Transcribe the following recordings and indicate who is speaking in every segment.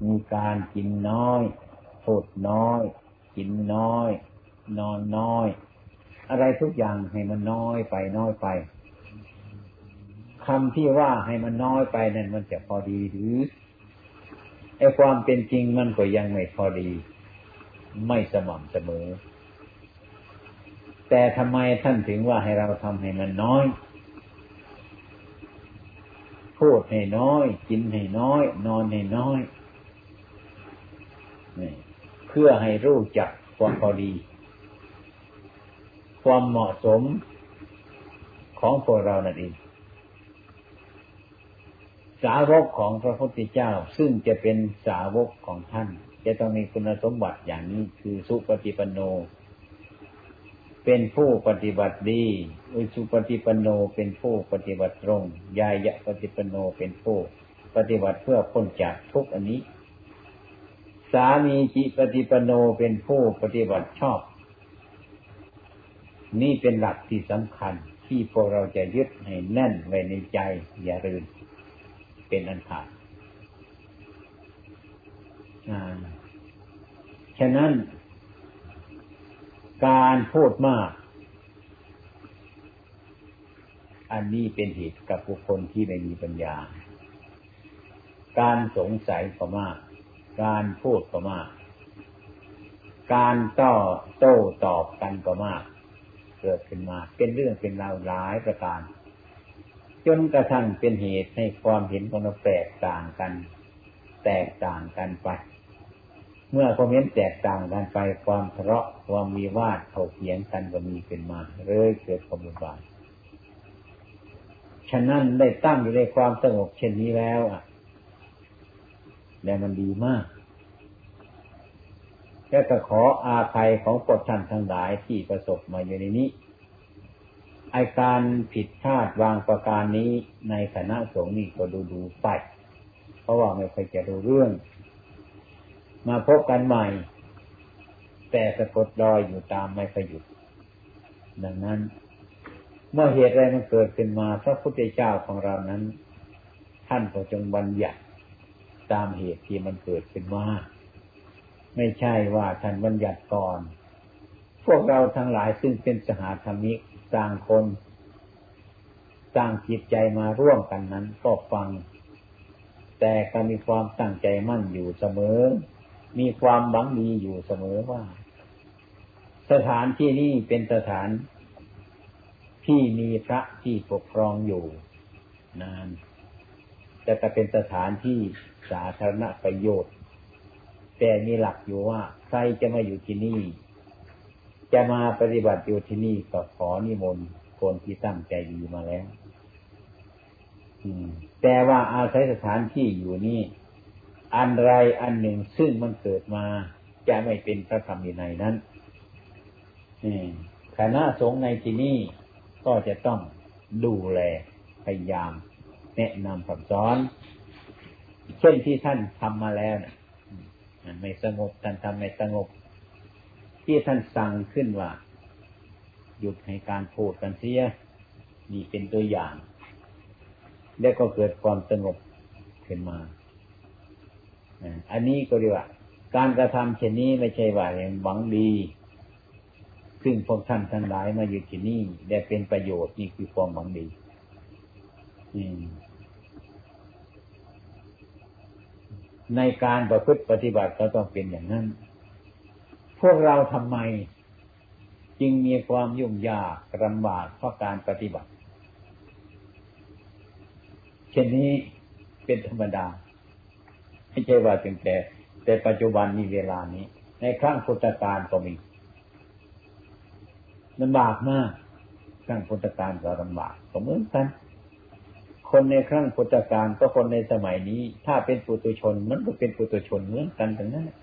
Speaker 1: มีการกินน้อยพูดน้อยกินน้อยนอนน้อยอะไรทุกอย่างให้มันน้อยไปน้อยไปคำที่ว่าให้มันน้อยไปนั่นมันจะพอดีหรือไอ้ความเป็นจริงมันก็ยังไม่พอดีไม่สม่ำเสมอแต่ทำไมท่านถึงว่าให้เราทำให้มันน้อยพูดให้น้อยกินให้น้อยนอนให้น้อยเพื่อให้รู้จักความพอดีความเหมาะสมของพวกเรานั่นเองสาวกของพระพุทธเจ้าซึ่งจะเป็นสาวกของท่านจะต้องมีคุณสมบัติอย่างนี้คือสุปฏิปันโนเป็นผู้ปฏิบัติดีสุปฏิปันโนเป็นผู้ปฏิบัติตรงยายะปฏิปันโนเป็นผู้ปฏิบัติเพื่อพ้นจากทุกข์อันนี้สามีจิปฏิปันโนเป็นผู้ปฏิบัติชอบนี่เป็นหลักที่สำคัญที่พวกเราจะยึดให้แน่นไว้ในใจอย่าลืมเป็นอันขาดฉะนั้นการพูดมากอันนี้เป็นเหตุกับบุคคลที่ไม่มีปัญญาการสงสัยก็มากการพูดก็มากการโต้ตอบกันก็มากเกิดขึ้นมาเป็นเรื่องเป็นราวหลายประการจนกระทั่งเป็นเหตุให้ความเห็นของเราแตกต่างกันไปเมื่อความเห็นแตกต่างกันไปความทะเลาะความวิวาทถกเถียงกันก็มีขึ้นมาเลยเกิดความวุ่นวายฉะนั้นได้ตั้งอยู่ในความสงบเช่นนี้แล้วและมันดีมากและก็ขออาภัยของพวกท่านทั้งหลายที่ประสบมาอยู่ในนี้ไอ้การผิดพลาดวางประการนี้ในคณะสงฆ์นี่ก็ดูไปเพราะว่าไม่ค่อยจะรู้เรื่องมาพบกันใหม่แต่สะกดรอยอยู่ตามไม่เคยหยุดดังนั้นเมื่อเหตุอะไรมันเกิดขึ้นมาพระพุทธเจ้าของเรานั้นท่านก็จงบัญญัติตามเหตุที่มันเกิดขึ้นมาไม่ใช่ว่าท่านบัญญัติก่อนพวกเราทั้งหลายซึ่งเป็นสหธรรมิกต่างคนต่างจิตใจมาร่วมกันนั้นก็ฟังแต่ก็มีความตั้งใจมั่นอยู่เสมอมีความหวังดีอยู่เสมอว่าสถานที่นี้เป็นสถานที่มีพระที่ปกครองอยู่นานแต่ก็เป็นสถานที่สาธารณประโยชน์แต่มีหลักอยู่ว่าใครจะมาอยู่ที่นี่จะมาปฏิบัติอยู่ที่นี่ก็ขอนิมนต์คนที่ตั้งใจดีมาแล้วแต่ว่าอาศัยสถานที่อยู่นี่อันไรอันหนึ่งซึ่งมันเกิดมาจะไม่เป็นพระธรรมวินัยนั้นคณะสงฆ์ในที่นี้ก็จะต้องดูแลพยายามแนะนำคำสอนเช่นที่ท่านทำมาแล้วนะมันไม่สงบท่านทำไม่สงบที่ท่านสั่งขึ้นว่าหยุดให้การพูดกันเสียนี่เป็นตัวอย่างแล้วก็เกิดความสงบขึ้นมาอันนี้ก็เรียกว่าการกระทำเช่นนี้ไม่ใช่ว่าอย่างหวังดีซึ่งพวกท่านทั้งหลายมาอยู่ที่นี่ได้เป็นประโยชน์นี่คือความหวังดีในการประพฤติปฏิบัติก็ต้องเป็นอย่างนั้นพวกเราทำไมจึงมีความยุ่งยากลำบากเพราะการปฏิบัติเช่นนี้เป็นธรรมดาไม่ใช่ว่าเพียงแต่ปัจจุบันนี้เวลานี้ในครั้งพุทธกาลก็มีลำบากมากครั้งพุทธกาลก็ลำบากก็เหมือนกันคนในครั้งพุทธกาลก็คนในสมัยนี้ถ้าเป็นปุถุชนมันก็เป็นปุถุชนเหมือนกันทั้งนั้น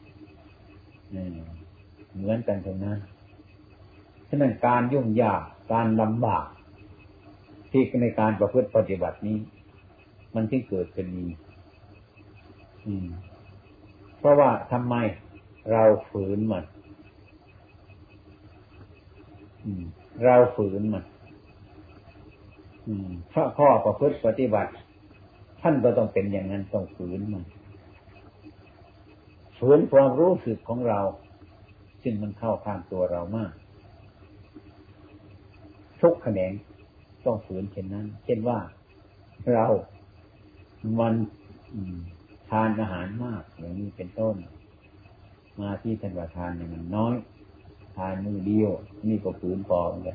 Speaker 1: เหมือนกันทั้งนั้นฉะนั้นการยุ่งยากการลำบากที่ในการประพฤติปฏิบัตินี้มันที่เกิดขึ้นนี้เพราะว่าทำไมเราฝืนมันเราฝืนมันเพราะข้อประพฤติปฏิบัติท่านก็ต้องเป็นอย่างนั้นต้องฝืนมันฝืนความรู้สึกของเราซึ่งมันเข้าข้างตัวเรามากทุกแขนงต้องฝืนเช่นนั้นเช่นว่าเรามันทานอาหารมากอย่างนี้เป็นต้นมาที่ท่านว่าทานเนี่ยมันน้อยทานมื้อเดียวนี่ก็ฝืนพอเหมือนกัน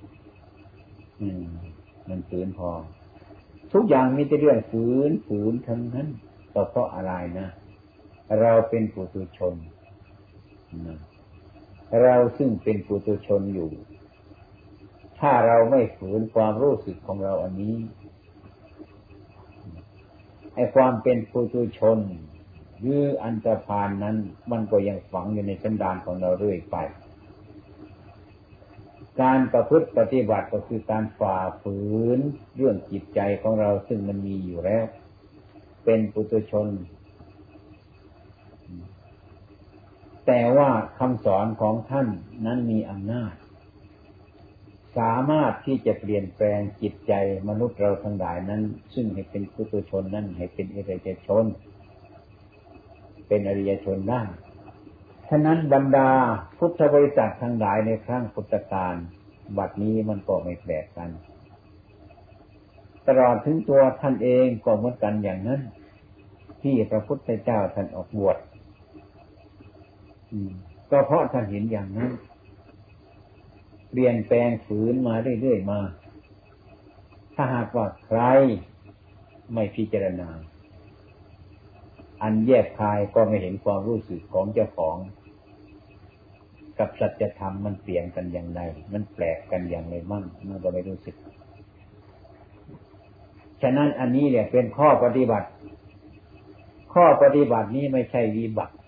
Speaker 1: มันฝืนพอทุกอย่างมีแต่เรื่องฝืนทั้งนั้นก็เพราะอะไรนะเราเป็นปุถุชนนะเราซึ่งเป็นปุถุชนอยู่ถ้าเราไม่ฝืนความรู้สึกของเราอันนี้ไอ้ความเป็นปุถุชนหรืออันตรพานนั้นมันก็ยังฝังอยู่ในสันดานของเราเรื่อยไปการประพฤติปฏิบัติก็คือการฝ่าฝืนเรื่องจิตใจของเราซึ่งมันมีอยู่แล้วเป็นปุถุชนแต่ว่าคำสอนของท่านนั้นมีอำนาจสามารถที่จะเปลี่ยนแปลงจิตใจมนุษย์เราทั้งหลายนั้นซึ่งให้เป็นปุถุชนนั้นให้เป็นอริยชนเป็นอริยชนได้ฉะนั้นบรรดาพุทธบริษัททั้งหลายในครั้งพุทธกาลบัดนี้มันก็ไม่แปลกกันตลอดถึงตัวท่านเองก็เหมือนกันอย่างนั้นที่พระพุทธเจ้าท่านออกบวชก็เพราะท่านเห็นอย่างนั้นเปลี่ยนแปลงฝืนมาเรื่อยๆมาถ้าหากว่าใครไม่พิจารณาอันแยกคายก็ไม่เห็นความรู้สึกของเจ้าของกับสัจธรรมมันเปลี่ยนกันอย่างไรมันแปลกกันอย่างไรมั่งมันก็ไม่รู้สึกฉะนั้นอันนี้เนี่ยเป็นข้อปฏิบัตินี้ไม่ใช่วิบัติ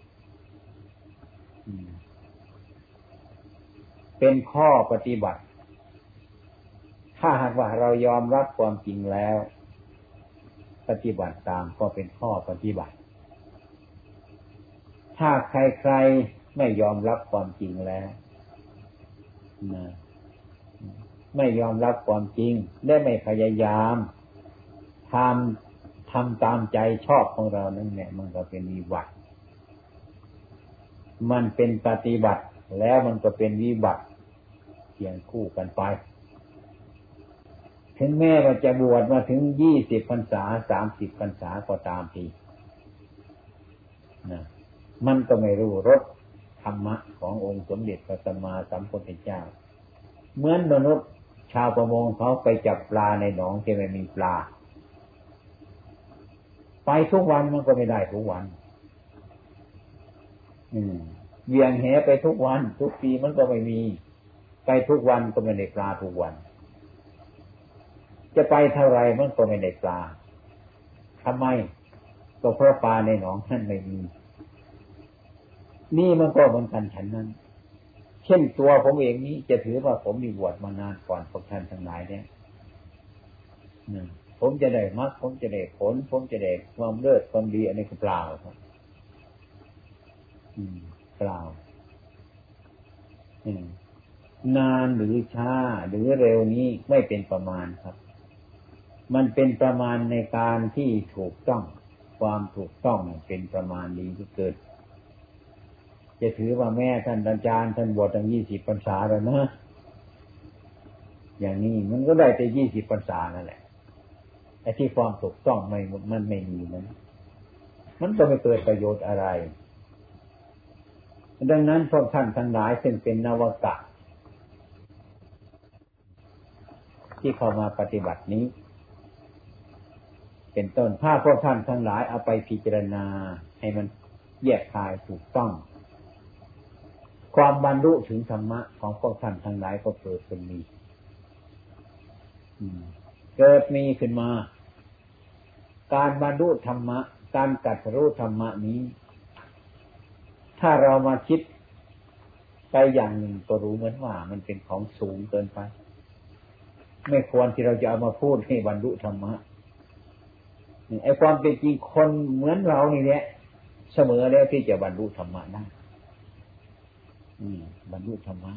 Speaker 1: เป็นข้อปฏิบัติถ้าหากว่าเรายอมรับความจริงแล้วปฏิบัติตามก็เป็นข้อปฏิบัติถ้าใครๆไม่ยอมรับความจริงแล้วนะไม่ยอมรับความจริงและไม่พยายามทำตามใจชอบของเรานั่นแหละมันก็เป็นวิบัติมันเป็นปฏิบัติแล้วมันก็เป็นวิบัติเคียงคู่กันไปถึงแม้ว่าจะบวชมาถึง20 พรรษา30 พรรษาก็ตามทีนะมันก็ไม่รู้รสธรรมะขององค์สมเด็จพระสัมมาสัมพุทธเจ้าเหมือนมนุษย์ชาวประมงเขาไปจับปลาในหนองที่ไม่มีปลาไปทุกวันมันก็ไม่ได้ทุกวันเวียงแหไปทุกวันทุกปีมันก็ไม่มีไปทุกวันก็ไม่ได้ปลาทุกวันจะไปเท่าไรมันก็ไม่ได้ปลาทำไมก็เพราะปลาในหนองท่านไม่มีนี่มันก็เหมือนกันฉันนั้นเช่นตัวผมเองนี้จะถือว่าผมมีบวชมานานก่อนพวกท่านทั้งหลายเนี่ยผมจะได้มรรคผมจะได้ผลผมจะได้ความเลิศความดีอันนี้คือเปล่าครับเปล่านานหรือช้าหรือเร็วนี้ไม่เป็นประมาณครับมันเป็นประมาณในการที่ถูกต้องความถูกต้องเป็นประมาณดีที่เกิดจะถือว่าแม่ท่านอาจารย์ท่านบวชตั้ง20 พรรษาแล้วนะอย่างนี้มันก็ได้แต่20 พรรษานั่นแหละไอ้ที่ความถูกต้องมันไม่มีนั้นมันก็ไม่เกิดประโยชน์อะไรดังนั้นพวกท่านทั้งหลายซึ่งเป็นนวกะที่เข้ามาปฏิบัตินี้เป็นต้นถ้าพวกท่านทั้งหลายเอาไปพิจารณาให้มันแยกคายถูกต้องความบรรลุถึงธรรมะของพวกท่านทั้งหลายก็เกิดขึ้นมีขึ้นมาการบรรลุธรรมะการตรัสรู้ธรรมะนี้ถ้าเรามาคิดไปอย่างหนึ่งก็รู้เหมือนว่ามันเป็นของสูงเกินไปไม่ควรที่เราจะเอามาพูดให้บรรลุธรรมะไอ้ความเป็นจริงคนเหมือนเรานี่แหละเสมอแล้วที่จะบรรลุธรรมะได้บรรลุธรรมะ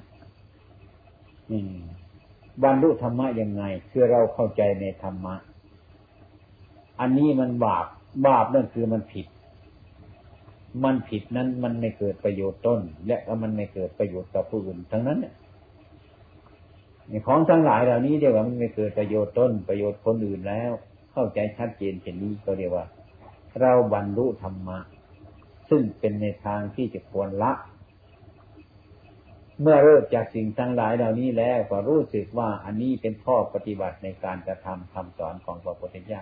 Speaker 1: บรรลุธรรมะยังไงคือเราเข้าใจในธรรมะอันนี้มันบาปนั่นคือมันผิดมันผิดนั้นมันไม่เกิดประโยชน์ตนและก็มันไม่เกิดประโยชน์ต่อผู้อื่นทั้งนั้นเนี่ยของทั้งหลายเหล่านี้เรียกว่ามันไม่เกิดประโยชน์ตนประโยชน์คนอื่นแล้วเข้าใจชัดเจนเช่นนี้ก็เรียกว่าเราบรรลุธรรมะซึ่งเป็นในทางที่จะควรละเมื่อเลิกจากสิ่งทั้งหลายเหล่านี้แล้วก็รู้สึกว่าอันนี้เป็นข้อปฏิบัติในการกระทำคำสอนของพระพุทธเจ้า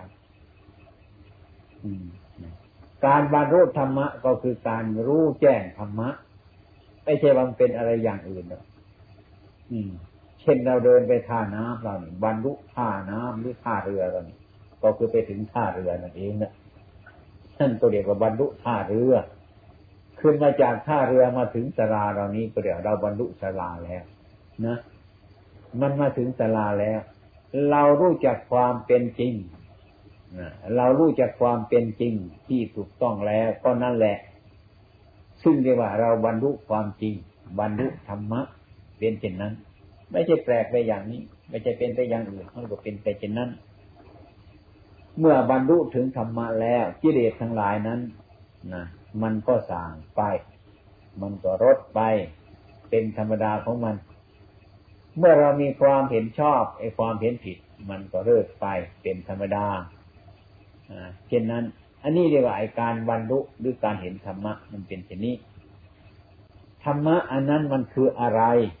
Speaker 1: การบรรลุธรรมะก็คือการรู้แจ้งธรรมะไม่ใช่ว่ามันเป็นอะไรอย่างอื่นหรอกเช่นเราเดินไปท่าน้ำเราเนี่ยบรรลุท่าน้ำหรือท่าเรือเราเนี่ยก็คือไปถึงท่าเรือนั่นเองนะนั่นก็เรียกว่าบรรลุท่าเรือขึ้นมาจากท่าเรือมาถึงศาลาเรานี้ก็เรียกเราบรรลุศาลาแล้วนะมันมาถึงศาลาแล้วเรารู้จักความเป็นจริงเรารู้จักความเป็นจริงที่ถูกต้องแล้วก็นั่นแหละซึ่งเรียกว่าเราบรรลุความจริงบรรลุธรรมะเป็นเช่นนั้นไม่ใช่แปลกไปอย่างนี้ไม่ใช่เป็นไปอย่างอื่นมันก็เป็นไปเช่นนั้นเมื่อบรรลุถึงธรรมะแล้วกิเลสทั้งหลายนั้นนะมันก็ส่างไปมันก็ลดไปเป็นธรรมดาของมันเมื่อเรามีความเห็นชอบไอ้ความเห็นผิดมันก็เลิกไปเป็นธรรมดาเช่นนั้นอันนี้เรียกว่าไอ้การบรรลุหรือการเห็นธรรมะมันเป็นเช่นนี้ธรรมะอันนั้นมันคืออะไร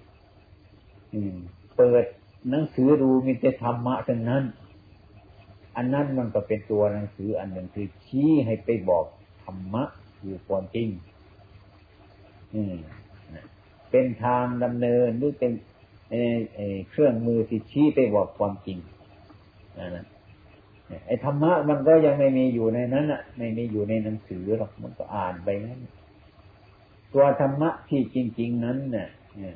Speaker 1: เปิดหนังสือดูมีแต่ธรรมะทั้งนั้นอันนั้นมันก็เป็นตัวหนังสืออันหนึ่งคือชี้ให้ไปบอกธรรมะคือความจริงเป็นทางดำเนินหรือเป็นเครื่องมือที่ชี้ไปบอกความจริงนะไอ้ธรรมะมันก็ยังไม่มีอยู่ในนั้นน่ะไม่มีอยู่ในหนังสือหรอกมันก็อ่านไปนั้นตัวธรรมะที่จริงๆนั้นน่ะ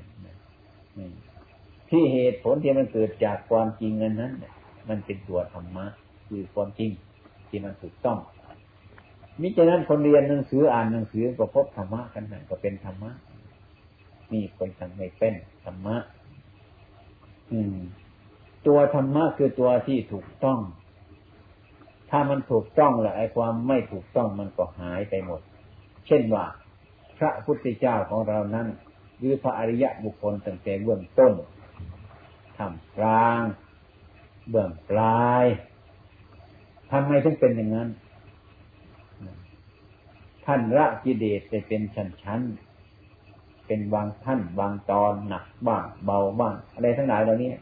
Speaker 1: ที่เหตุผลที่มันเกิดจากความจริงนั้นน่ะมันเป็นตัวธรรมะคือความจริงที่มันถูกต้องมิฉะนั้นคนเรียนหนังสืออ่านหนังสือก็พบธรรมะกันนั่นก็เป็นธรรมะนี่คนทำไม่เป็นธรรมะตัวธรรมะคือตัวที่ถูกต้องถ้ามันถูกต้องแล้วไอ้ความไม่ถูกต้องมันก็หายไปหมดเช่นว่าพระพุทธเจ้าของเรานั้นหรือพระอริยะบุคคลตั้งแต่เบื้องต้นท่ามกลางเบื้องปลายทำไมถึงเป็นอย่างนั้นท่านละกิเลสไปเป็นชั้นๆเป็นบางท่านบางตอนหนักบ้างเบาบ้างอะไรทั้งหลายเหล่านี้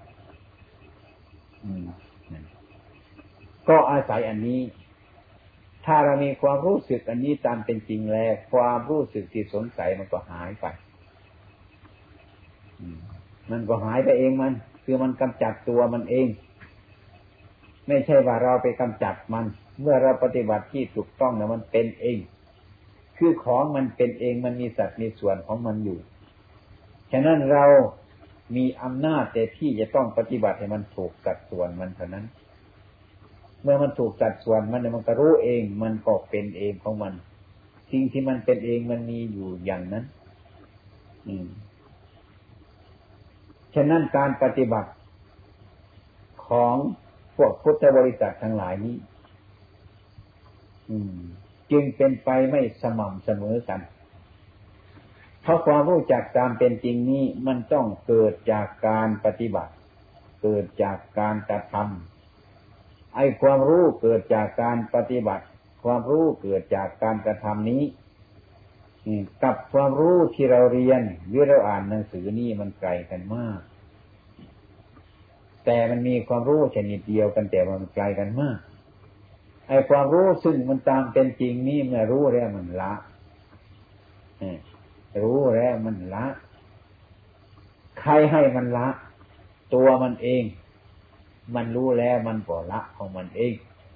Speaker 1: ก็อาศัยอันนี้ถ้าเรามีความรู้สึกอันนี้ตามเป็นจริงแล้วความรู้สึกที่สงสัยมันก็หายไปมันก็หายไปเองมันคือมันกำจัดตัวมันเองไม่ใช่ว่าเราไปกำจัดมันเมื่อเราปฏิบัติที่ถูกต้องแล้วมันเป็นเองคือของมันเป็นเองมันมีสัดมีส่วนของมันอยู่ฉะนั้นเรามีอำนาจแต่ที่จะต้องปฏิบัติให้มันถูกสัดส่วนมันเท่านั้นเมื่อมันถูกสัดส่วนมันก็รู้เองมันก็เป็นเองของมันสิ่งที่มันเป็นเองมันมีอยู่อย่างนั้นฉะนั้นการปฏิบัติของพวกพุทธบริษัททั้งหลายนี้จึงเป็นไปไม่สม่ำเสมอกันเพราะความรู้จักตามเป็นจริงนี้มันต้องเกิดจากการปฏิบัติเกิดจากการกระทำไอ้ความรู้เกิดจากการปฏิบัติความรู้เกิดจากการกระทำนี้กับความรู้ที่เราเรียนหรือเราอ่านหนังสือนี่มันไกลกันมากแต่มันมีความรู้ชนิดเดียวกันแต่มันไกลกันมากไอ้ความรู้ซึ่งมันตามเป็นจริงนี่เมื่อรู้แล้วมันละรู้แล้วมันละใครให้มันละตัวมันเองมันรู้แล้วมันก็ละของมันเอง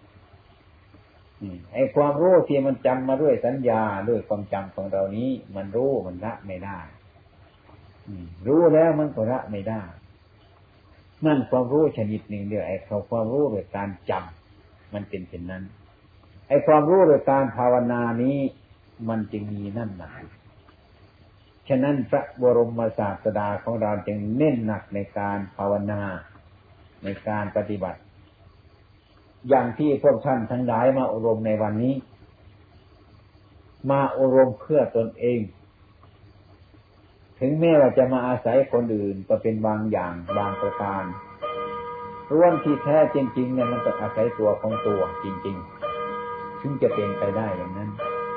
Speaker 1: ไอ้ความรู้ที่มันจำมาด้วยสัญญาด้วยความจำของเรานี้มันรู้มันละไม่ได้รู้แล้วมันก็ละไม่ได้นั่นความรู้ชนิดหนึ่งเดียวไอ้ความรู้โดยการจำมันเป็นเช่นนั้นไอ้ความรู้โดยการภาวนานี้มันจึงมีนั่นหนาฉะนั้นพระบรมศาสดาของเราจึงเน้นหนักในการภาวนาในการปฏิบัติอย่างที่พวกท่านทั้งหลายมาอบรมในวันนี้มาอบรมเพื่อตนเองถึงแม้ว่าจะมาอาศัยคนอื่นก็เป็นบางอย่างบางประการร่วมที่แท้จริงๆเนี่ยมันต้องอาศัยตัวของตัวจริงๆถึงจะเป็นไปได้อย่างนั้น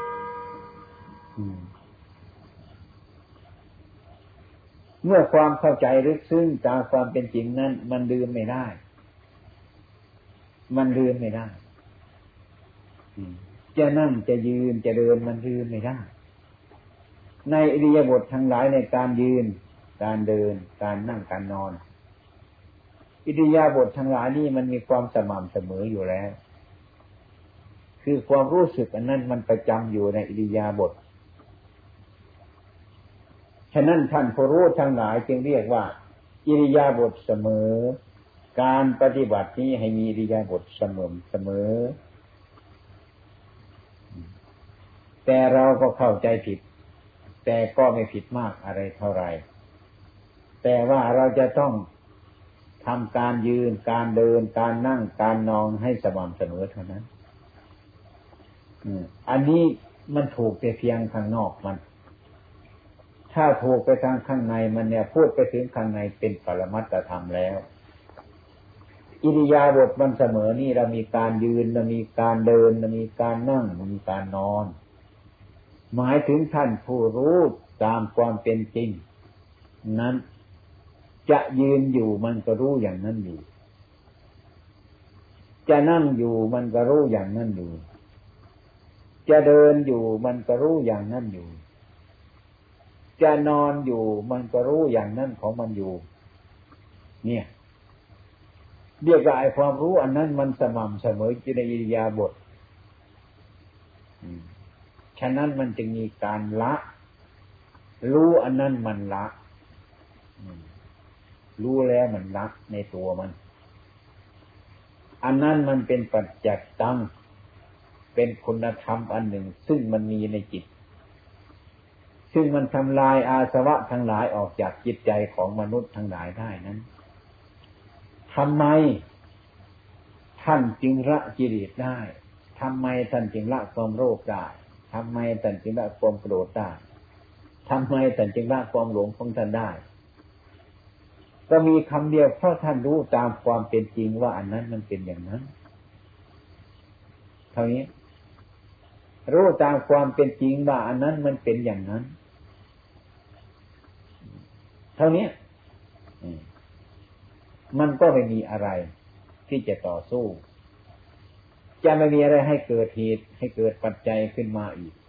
Speaker 1: เมื่อความเข้าใจลึกซึ้งตามความเป็นจริงนั้นมันลืมไม่ได้จะนั่งจะยืนจะเดินมันลืมไม่ได้ในอิริยาบถทั้งหลายในการยืนการเดินการนั่งการนอนอิริยาบถทั้งหลายนี่มันมีความสม่ำเสมออยู่แล้วคือความรู้สึกอันนั้นมันประจำอยู่ในอิริยาบถฉะนั้นท่านผู้รู้ทั้งหลายจึงเรียกว่าอิริยาบถเสมอการปฏิบัตินี้ให้มีอิริยาบถเสมอแต่เราก็เข้าใจผิดแต่ก็ไม่ผิดมากอะไรเท่าไหร่แต่ว่าเราจะต้องทำการยืนการเดินการนั่งการนอนให้สม่ำเสมอเท่านั้นอันนี้มันถูกแต่เพียงข้างนอกมันถ้าถูกไปทางข้างในมันเนี่ยพูดไปถึงข้างในเป็นปรมัตถธรรมแล้วอิริยาบถมันเสมอนี่เรามีการยืนเรามีการเดินเรามีการนั่งเรามีการนอนหมายถึงท่านผู้รู้ตามความเป็นจริงนั้นจะยืนอยู่มันก็รู้อย่างนั้นอยู่จะนั่งอยู่มันก็รู้อย่างนั้นอยู่จะเดินอยู่มันก็รู้อย่างนั้นอยู่จะนอนอยู่มันก็รู้อย่างนั้นของมันอยู่เนี่ยเรียกว่าไอ้ความรู้อันนั้นมันสม่ำเสมออยู่ในอิริยาบถฉะนั้นมันจึงมีการละรู้อันนั้นมันละรู้แล้วมันละในตัวมันอันนั้นมันเป็นปัจจัตตังเป็นคุณธรรมอันหนึ่งซึ่งมันมีในจิตซึ่งมันทำลายอาสวะทั้งหลายออกจากจิตใจของมนุษย์ทั้งหลายได้นั้นทำไมท่านจึงละกิเลสได้ทำไมท่านจึงละความโลภได้ทำไมท่านจึงละความโกรธได้ทำไมท่านจึงละความหลงของท่านได้ก็มีคำเดียวเพราะท่านรู้ตามความเป็นจริงว่าอันนั้นมันเป็นอย่างนั้นเท่านี้รู้ตามความเป็นจริงว่าอันนั้นมันเป็นอย่างนั้นเท่านี้มันก็ไม่มีอะไรที่จะต่อสู้จะไม่มีอะไรให้เกิดเหตุให้เกิดปัจจัยขึ้นมาอีก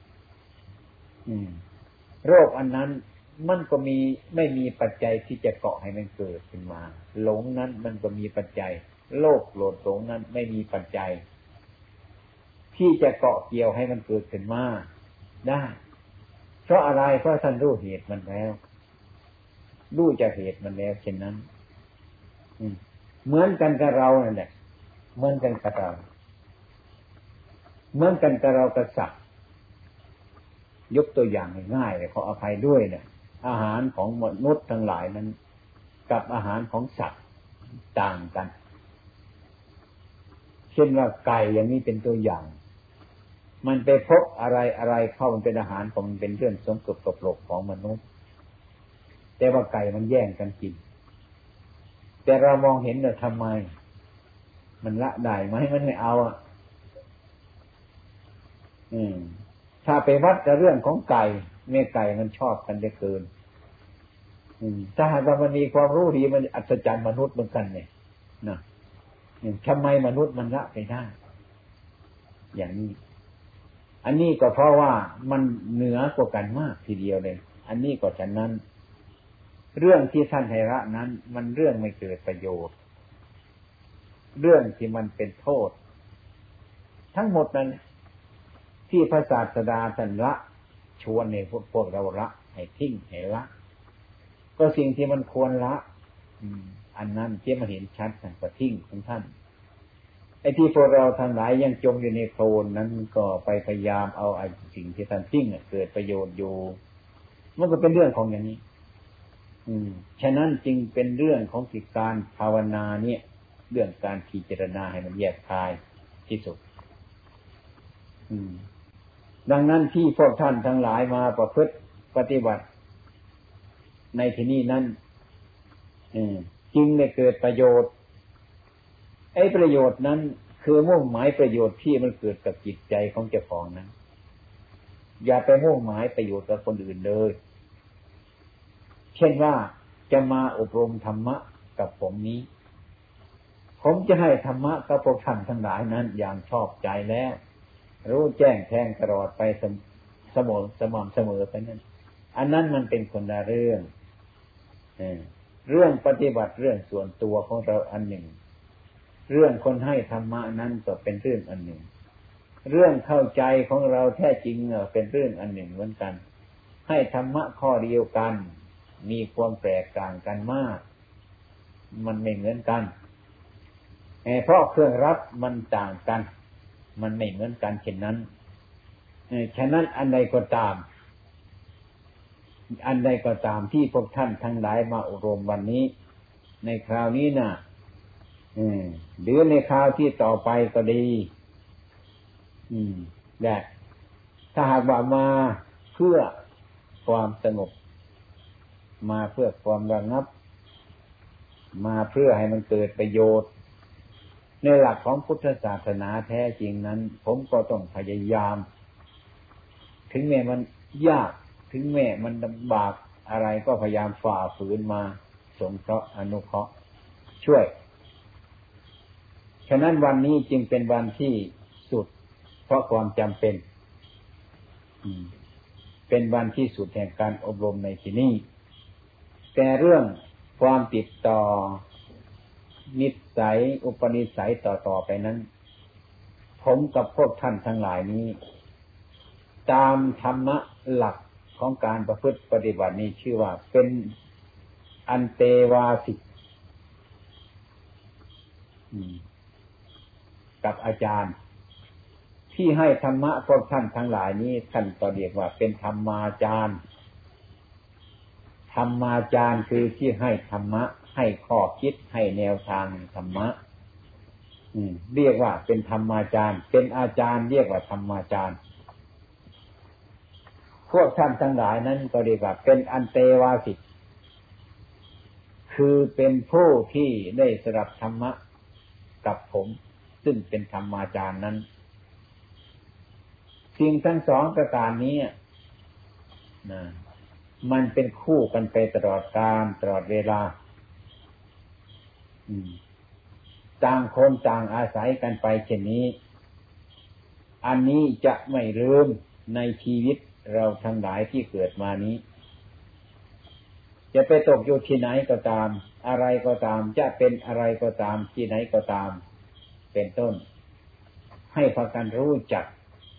Speaker 1: โรคอันนั้นมันก็ไม่มีปัจจัยที่จะเกาะให้มันเกิดขึ้นมาหลงนั้นมันก็มีปัจจัยโลภโกรธหลงนั้นไม่มีปัจจัยที่จะเกาะเกี่ยวให้มันเกิดขึ้นมาได้เพราะอะไรเพราะท่านรู้เหตุมันแล้วรู้จากเหตุมันแล้วเช่นนั้นเหมือนกันกับเรานั่นแหละเหมือนกันกับเราเหมือนกันกับเรากับสัตว์ยกตัวอย่างง่ายๆเลยขออภัยด้วยเนี่ยอาหารของมนุษย์ทั้งหลายนั้นกับอาหารของสัตว์ต่างกันเช่นว่าไก่อย่างนี้เป็นตัวอย่างมันไปพบอะไรเข้ามันเป็นอาหารของมันเป็นเรื่องสมกบโลกของมนุษย์แต่ว่าไก่มันแย่งกันกินแต่เรามองเห็นว่าทำไมมันละได้ไหมมันไม่เอาถ้าไปวัดกับเรื่องของไก่แม่ไก่มันชอบกันได้เกินถ้าหากว่ามันมีความรู้ดีมันอัศจรรย์มนุษย์เหมือนกันเนี่ยนะทำไมมนุษย์มันละไปได้อย่างนี้อันนี้ก็เพราะว่ามันเหนือกว่ากันมากทีเดียวเลยอันนี้ก็ฉะนั้นเรื่องที่ท่านให้ละนั้นมันเรื่องไม่เกิดประโยชน์เรื่องที่มันเป็นโทษทั้งหมดนั้นที่พระศาสดาท่านละชวนในพวกเราละให้ทิ้งให้ละก็สิ่งที่มันควรละอันนั้นที่มาเห็นชัดท่านก็ทิ้งของท่านไอ้ที่พวกเราทั้งหลายยังจมอยู่ในโคลนนั้นก็ไปพยายามเอาไอ้สิ่งที่ท่านทิ้งเกิดประโยชน์อยู่มันก็เป็นเรื่องของอย่างนี้ฉะนั้นจึงเป็นเรื่องของกิจการภาวนาเนี่ยเรื่องการพิจารณาให้มันแยกคายที่สุดดังนั้นที่พวกท่านทั้งหลายมาประพฤติปฏิบัติในที่นี้นั้นจึงได้เกิดประโยชน์ไอ้ประโยชน์นั้นคือมุ่งหมายประโยชน์ที่มันเกิดกับจิตใจของเจ้าของนั้นอย่าไปมุ่งหมายประโยชน์กับคนอื่นเลยเช่นว่าจะมาอบรมธรรมะกับผมนี้ผมจะให้ธรรมะกับพวกท่านทั้งหลายนั้นอย่างชอบใจแล้วรู้แจ้งแทงตลอดไปสม่ำเสมอไปนั้นอันนั้นมันเป็นคนละเรื่องเรื่องปฏิบัติเรื่องส่วนตัวของเราอันหนึ่งเรื่องคนให้ธรรมะนั้นก็เป็นเรื่องอันหนึ่งเรื่องเข้าใจของเราแท้จริงเป็นเรื่องอันหนึ่งเหมือนกันให้ธรรมะข้อเดียวกันมีความแตกต่างกันมากมันไม่เหมือนกันเพราะเครื่องรับมันต่างกันมันไม่เหมือนกันเช่นนั้นฉะนั้นอันใดก็ตามที่พวกท่านทั้งหลายมาอบรมวันนี้ในคราวนี้น่ะหรือในคราวที่ต่อไปก็ดีแต่ถ้าหากว่ามาเพื่อความสงบมาเพื่อความระงับมาเพื่อให้มันเกิดประโยชน์ในหลักของพุทธศาสนาแท้จริงนั้นผมก็ต้องพยายามถึงแม้มันยากถึงแม้มันลำบากอะไรก็พยายามฝ่าฝืนมาสงเคราะห์อนุเคราะห์ช่วยฉะนั้นวันนี้จึงเป็นวันที่สุดเพราะความจำเป็นเป็นวันที่สุดแห่งการอบรมในที่นี้แต่เรื่องความติดต่อนิสัยอุปนิสัยต่อไปนั้นผมกับพวกท่านทั้งหลายนี้ตามธรรมะหลักของการประพฤติปฏิบัตินี้ชื่อว่าเป็นอันเตวาสิกกับอาจารย์ที่ให้ธรรมะพวกท่านทั้งหลายนี้ท่านก็เรียกว่าเป็นธรรมาจารย์ธรรมาจารย์คือที่ให้ธรรมะให้ข้อคิดให้แนวทางธรรมะเรียกว่าเป็นธรรมาจารย์เป็นอาจารย์เรียกว่าธรรมาจารย์พวกท่านทั้งหลายนั้นก็เรียกว่าเป็นอันเตวาสิกคือเป็นผู้ที่ได้สดับธรรมะกับผมซึ่งเป็นธรรมาจารย์นั้นสิ่งทั้งสองประการนี้มันเป็นคู่กันไปตลอดกาลตลอดเวลาต่างคนต่างอาศัยกันไปเช่นนี้อันนี้จะไม่ลืมในชีวิตเราทั้งหลายที่เกิดมานี้จะไปตกอยู่ที่ไหนก็ตามอะไรก็ตามจะเป็นอะไรก็ตามที่ไหนก็ตามเป็นต้นให้พากันรู้จัก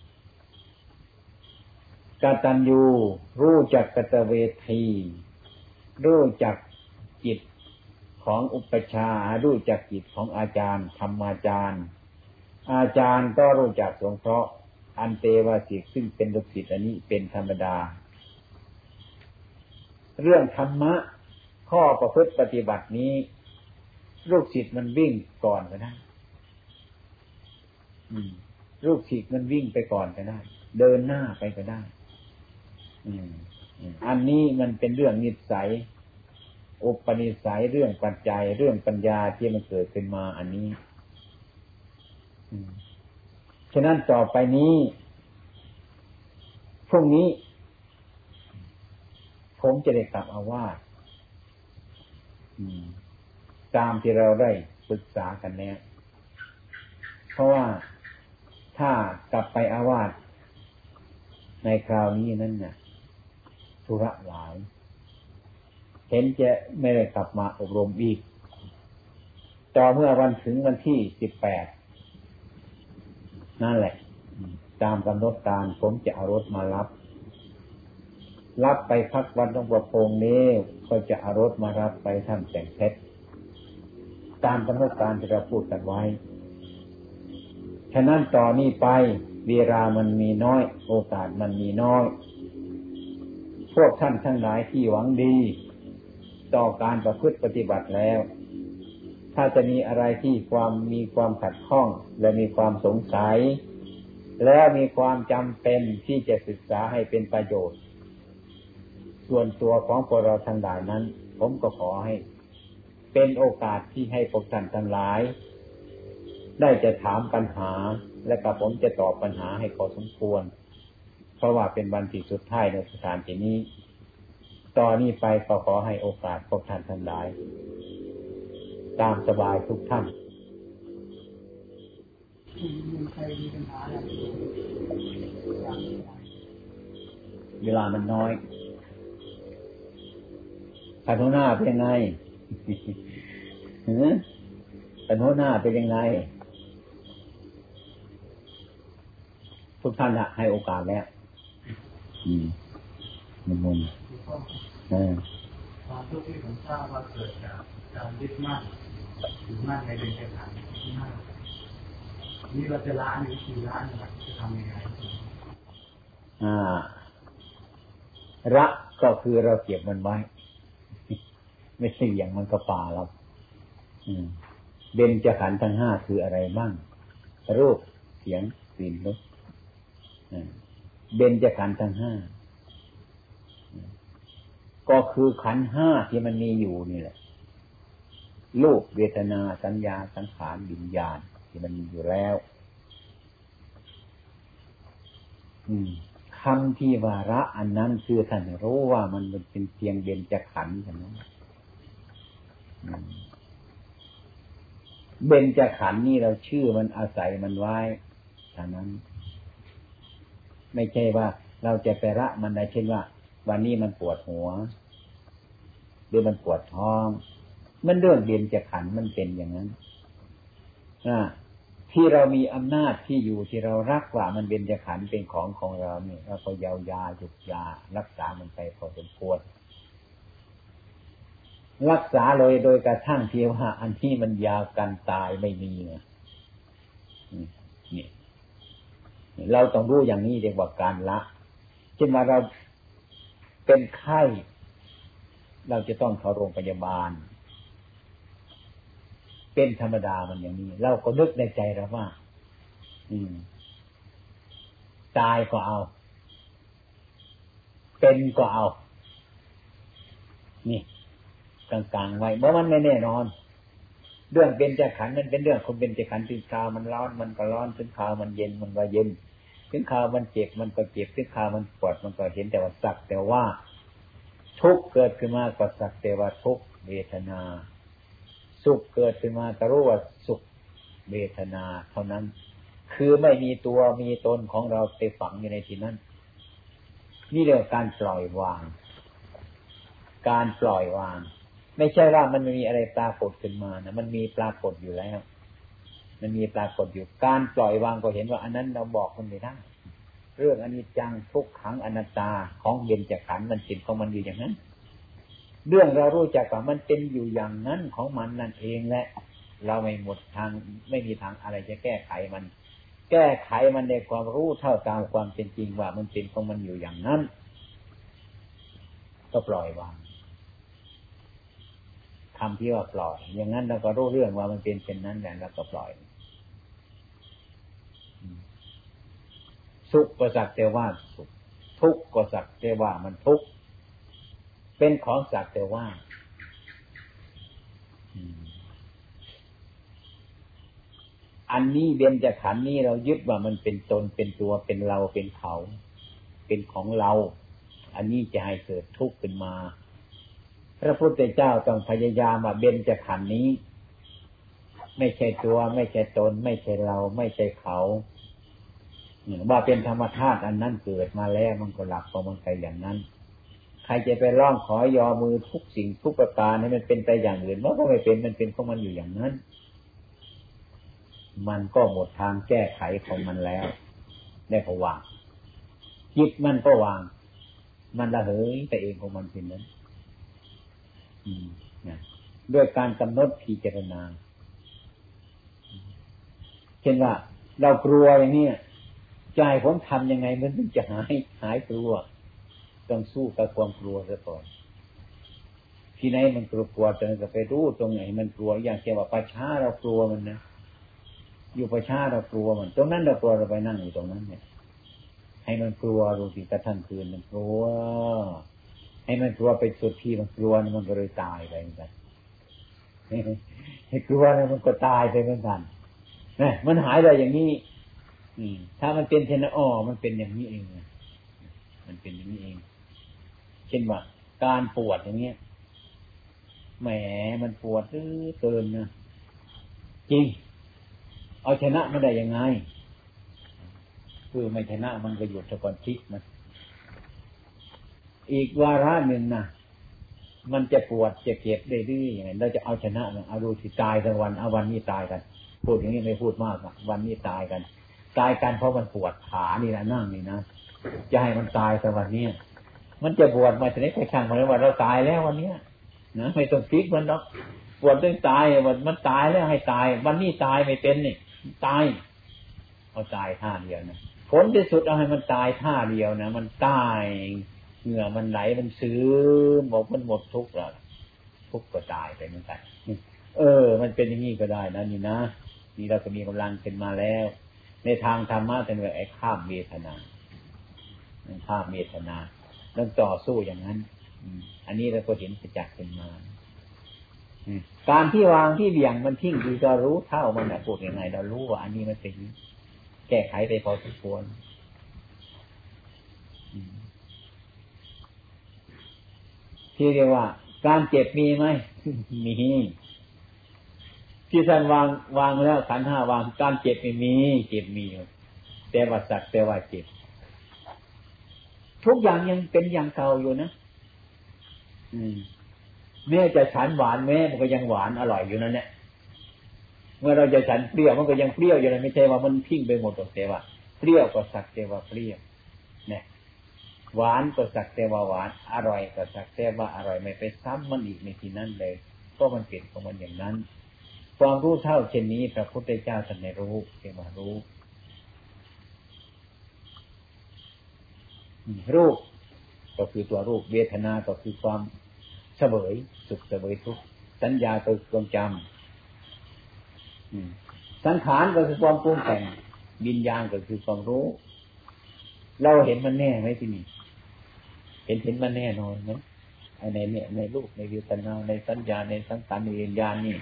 Speaker 1: กตัญญูรู้จักกตเวทีรู้จักจิตของอุปชารู้จักจิตของอาจารย์ธรรมาจารย์อาจารย์ก็รู้จักสงเคราะห์อันเตวาสิกซึ่งเป็นลูกศิษย์อันนี้เป็นธรรมดาเรื่องธรรมะข้อประพฤติปฏิบัตินี้ลูกศิษย์มันวิ่งก่อนก็ได้ลูกศิษย์มันวิ่งไปก่อนก็ได้เดินหน้าไปก็ได้อันนี้มันเป็นเรื่องนิสัยอุปนิสัยเรื่องปัจจัยเรื่องปัญญาที่มันเกิดขึ้นมาอันนี้ฉะนั้นต่อไปนี้พรุ่งนี้ผมจะได้กลับอาวาสตามที่เราได้ปรึกษากันแล้วเพราะว่าถ้ากลับไปอาวาสในคราวนี้นั้นน่ะธุระหลายเห็นจะไม่ได้กลับมาอบรมอีกต่อเมื่อวันถึงวันที่18นั่นแหละตามกำหนดการผมจะเอารถมารับไปพักวันต้องประพงนี้ก็จะเอารถมารับไปทำแต่งเพชรตามกำหนดการที่เราพูดกันไว้ฉะนั้นต่อนี้ไปเวลามันมีน้อยโอกาสมันมีน้อยพวกท่านทั้งหลายที่หวังดีต่อการประพฤติปฏิบัติแล้วถ้าจะมีอะไรที่มีความขัดข้องและมีความสงสัยแล้วมีความจำเป็นที่จะศึกษาให้เป็นประโยชน์ส่วนตัวของพวกเราทั้งหลายนั้นผมก็ขอให้เป็นโอกาสที่ให้พวกท่านทั้งหลายได้จะถามปัญหาและกับผมจะตอบปัญหาให้พอสมควรเพราะว่าเป็นวันที่สุดท้ายในสถานที่นี้ต่อนนี้ไปก็ขอให้โอกาสพวกท่านทั้งหลายตามสบายทุกท่านเวลามันน้อยขันหัวหน้าเป็นยังไงขันหัวหน้าเป็นยังไงทุกท่านละให้โอกาสแล้วมันมุน
Speaker 2: ความทุกข์ที่ผมทราบว่าเกิดจากการยึดมั่นถือมั่นในเบญจขันธ์ที่มากนี่เราจะละในวิธีละนะครับจะทำยังไง
Speaker 1: รักก็คือเราเก็บมันไว้ไม่เสี่ยงมันก็ป่าเราเบญจขันธ์ทั้งห้าคืออะไรบ้างรูปเสียงกลิ่นรสเบญจขันธ์ทั้งห้าก็คือขันธ์ห้าที่มันมีอยู่นี่แหละรูปเวทนาสัญญาสังขารวิญญาณที่มันมีอยู่แล้วคำที่วาระอันนั้นคือท่านรู้ว่ามันเป็นเพียงเบญจขันธ์เท่านั้นเบญจขันธ์นี่เราชื่อมันอาศัยมันไว้เท่านั้นไม่ใช่ว่าเราจะไปละมันได้เช่นว่าวันนี้มันปวดหัวหรือมันปวดท้องมันเรื่องเบญจขันธ์มันเป็นอย่างนั้นที่เรามีอำนาจที่อยู่ที่เรารักว่ามันเบญจขันธ์เป็นของเราเนี่ยเราก็เยียวยาหยุดยารักษามันไปพอสมควรรักษาเลยโดยกระทั่งที่ว่าอันที่มันยากันตายไม่มีนี่เราต้องรู้อย่างนี้เรียกว่าการละเช่นว่าเราเป็นไข้เราจะต้องเข้าโรงพยาบาลเป็นธรรมดามันอย่างนี้เราก็นึกในใจเราว่าตายก็เอาเป็นก็เอานี่กลางๆไว้เพราะมันไม่แน่นอนเรื่องเบญจขันธ์มันเป็นเรื่องของเบญจขันธ์ถึงคราวมันร้อนมันก็ร้อนถึงคราวมันเย็นมันก็เย็นถึงคราวมันเจ็บมันก็เจ็บถึงคราวมันปวดมันก็เห็นแต่ว่าสักแต่ว่าทุกข์เกิดขึ้นมาก็สักแต่ว่าทุกข์เวทนาสุขเกิดขึ้นมาก็รู้ว่าสุขเวทนาเท่านั้นคือไม่มีตัวมีตนของเราไปฝังอยู่ในที่นั้นนี่เรียกว่าการปล่อยวางการปล่อยวางไม่ใช่ว่ามันมีอะไรปรากฏขึ้นมานะมันมีปรากฏอยู่แล้วมันมีปรากฏอยู่การปล่อยวางก็เห็นว่าอันนั้นเราบอกมันไม่ได้เรื่องอนิจจังทุกขังอนัตตาของเบญจขันธ์มันเป็นของมันอยู่อย่างนั้นเรื่องเรารู้จักว่ามันเป็นอยู่อย่างนั้นของมันนั่นเองแหละเราไม่หมดทางไม่มีทางอะไรจะแก้ไขมันแก้ไขมันในความรู้เท่าตามความเป็นจริงว่ามันเป็นของมันอยู่อย่างนั้นก็ปล่อยวางคำที่ว่าปล่อยอย่างนั้นเราก็รู้เรื่องว่ามันเป็นเช่นนั้นแล้วเราก็ปล่อยสุขก็สักแต่ว่าสุขทุกข์ก็สักแต่ว่ามันทุกข์เป็นของสักแต่ว่าอันนี้เบญจขันธ์นี้เรายึดว่ามันเป็นตนเป็นตัวเป็นเราเป็นเขาเป็นของเราอันนี้จะให้เกิดทุกข์ขึ้นมาพระพุทธเจ้าต้องพยายามว่าเบญจขันธ์นี้ไม่ใช่ตัวไม่ใช่ตนไม่ใช่เราไม่ใช่เขาว่าเป็นธรรมธาตุอันนั้นเกิดมาแล้วมันก็หลับของมันไปอย่างนั้นใครจะไปร้องขอยอมือทุกสิ่งทุกประการให้มันเป็นไปอย่างอื่นมันก็ไม่เป็นมันเป็นของมันอยู่อย่างนั้นมันก็หมดทางแก้ไขของมันแล้วได้ก็วางจิตมันก็วางมันละเหยไปเองของมันเป็นนั้นด้วยการกำหนดพิจารณาเช่นว่าเรากลัวอย่างนี้ใจผมทำยังไงมันถึงจะหายกลัวต้องสู้กับความกลัวซะก่อนที่ไหนมันกลัวจนจะไปรู้ตรงไหนมันกลัวอย่างเช่นว่าป่าช้าเรากลัวมันนะอยู่ประชาเรากลัวมันตรงนั้นเรากลัวเราไปนั่งอยู่ตรงนั้นเนี่ยให้มันกลัวดูสิกระทั่งคืนมันกลัวให้มันกลัวไปสุดที่มันกลัวมันก็เลยตายไปเหมือนกันให้กลัวแล้วมันก็ตายไปเหมือนกันนะมันหายไปอย่างนี้ถ้ามันเป็นเช่นนั้นมันเป็นอย่างนี้เองมันเป็นอย่างนี้เองเช่นว่าการปวดอย่างเงี้ยแหมมันปวดเกินนะจริงเอาชนะมันได้ยังไงคือไม่ชนะมันก็หยุดซะก่อนคิดมันอีกวาระหนึ่งนะมันจะปวดจะเจ็บได้ดื้ออย่างไรเราจะเอาชนะมันเอาดูสิตายทั้งวันเอาวันนี้ตายกันพูดอย่างนี้ไม่พูดมากวันนี้ตายกันเพราะมันปวดขานี่นะนั่งนี่นะจะให้มันตายแต่วันนี้มันจะปวดมาจะได้ไปช่างมันเลยว่าเราตายแล้ววันนี้นะไม่ต้องฟิกมันหรอกปวดต้องตายมันตายแล้วให้ตายวันนี้ตายไม่เป็นนี่ตายเอาตายท่าเดียวนะผลที่สุดเอาให้มันตายท่าเดียวนะมันตายเหงื่อมันไหลมันซื้อบอกมันหมดทุกข์แล้วทุกข์ก็ตายไปเหมือนกันมันเป็นอย่างนี้ก็ได้นะนี่นะนี่เราก็มีกำลังขึ้นมาแล้วในทางธรรมะเป็นแบบไอ้ข้ามเวทนาข้ามเวทนาต้องต่อสู้อย่างนั้นอันนี้เราก็เห็นประจักษ์ขึ้นมาการที่วางที่เบี่ยงมันทิ้งคือจะรู้เท่ามันพูดยังไงเรารู้ว่าอันนี้มันเป็นแก้ไขไปพอสมควรที่เรียกว่าการเจ็บมีไหมมีที่ท่านวางแล้วขันธ์ห้าวางการเจ็บไม่มีเจ็บมีอยู่แต่ว่าสักแต่ว่าเจ็บทุกอย่างยังเป็นอย่างเก่าอยู่นะแม้จะฉันหวานแม้มันก็ยังหวานอร่อยอยู่นั่นแหละเมื่อเราจะฉันเปรี้ยวมันก็ยังเปรี้ยวอยู่นะไม่ใช่ว่ามันทิ้งไปหมดหรอกแต่ว่าเปรี้ยวก็สักแต่ว่าเปรี้ยวเนี่ยหวานก็สักแต่ว่าหวานอร่อยก็สักแต่ว่าอร่อยไม่ไปซ้ำมันอีกในที่นั้นเลยก็มันเป็นของมันอย่างนั้นความรู้เท่าเช่นนี้พระพุทธเจ้าท่านได้รู้เรียกว่ารู้รูปก็คือตัวรูปเวทนาก็คือความเสวยสุขเสวยทุกข์สัญญาก็คือความจำสังขารก็คือความปรุงแต่งวิญญาณก็คือความรู้เราเห็นมันแน่ไหมที่นี่เห็นมันแน่นอนไหมในเนี่ยในรูปในเวทนาในสัญญาในสังขารในวิญญาณนี่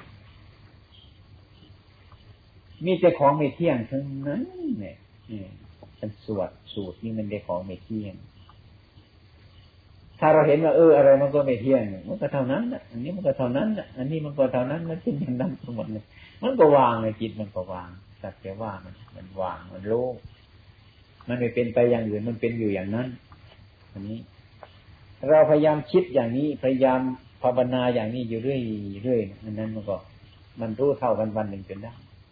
Speaker 1: มีแต่ของไม่เที่ยงทั้งนั้นเนี่ยมันสูตรนี่มันได้ของไม่เที่ยงถ้าเราเห็นว่าอะไรมันก็ไม่เที่ยงมันก็เท่านั้นน่ะอันนี้มันก็เท่านั้นน่ะอันนี้มันก็เท่านั้นมันเป็นอย่างนั้นทั้งหมดเลยมันก็วางเลยจิตมันก็วางสักแต่ว่ามันวางมันโล่งมันไม่เป็นไปอย่างอื่นมันเป็นอยู่อย่างนั้นอันนี้เราพยายามคิดอย่างนี้พยายามภาวนาอย่างนี้อยู่เรื่อยๆนั้นมันรู้เท่ากันวันหนึ่งจนได้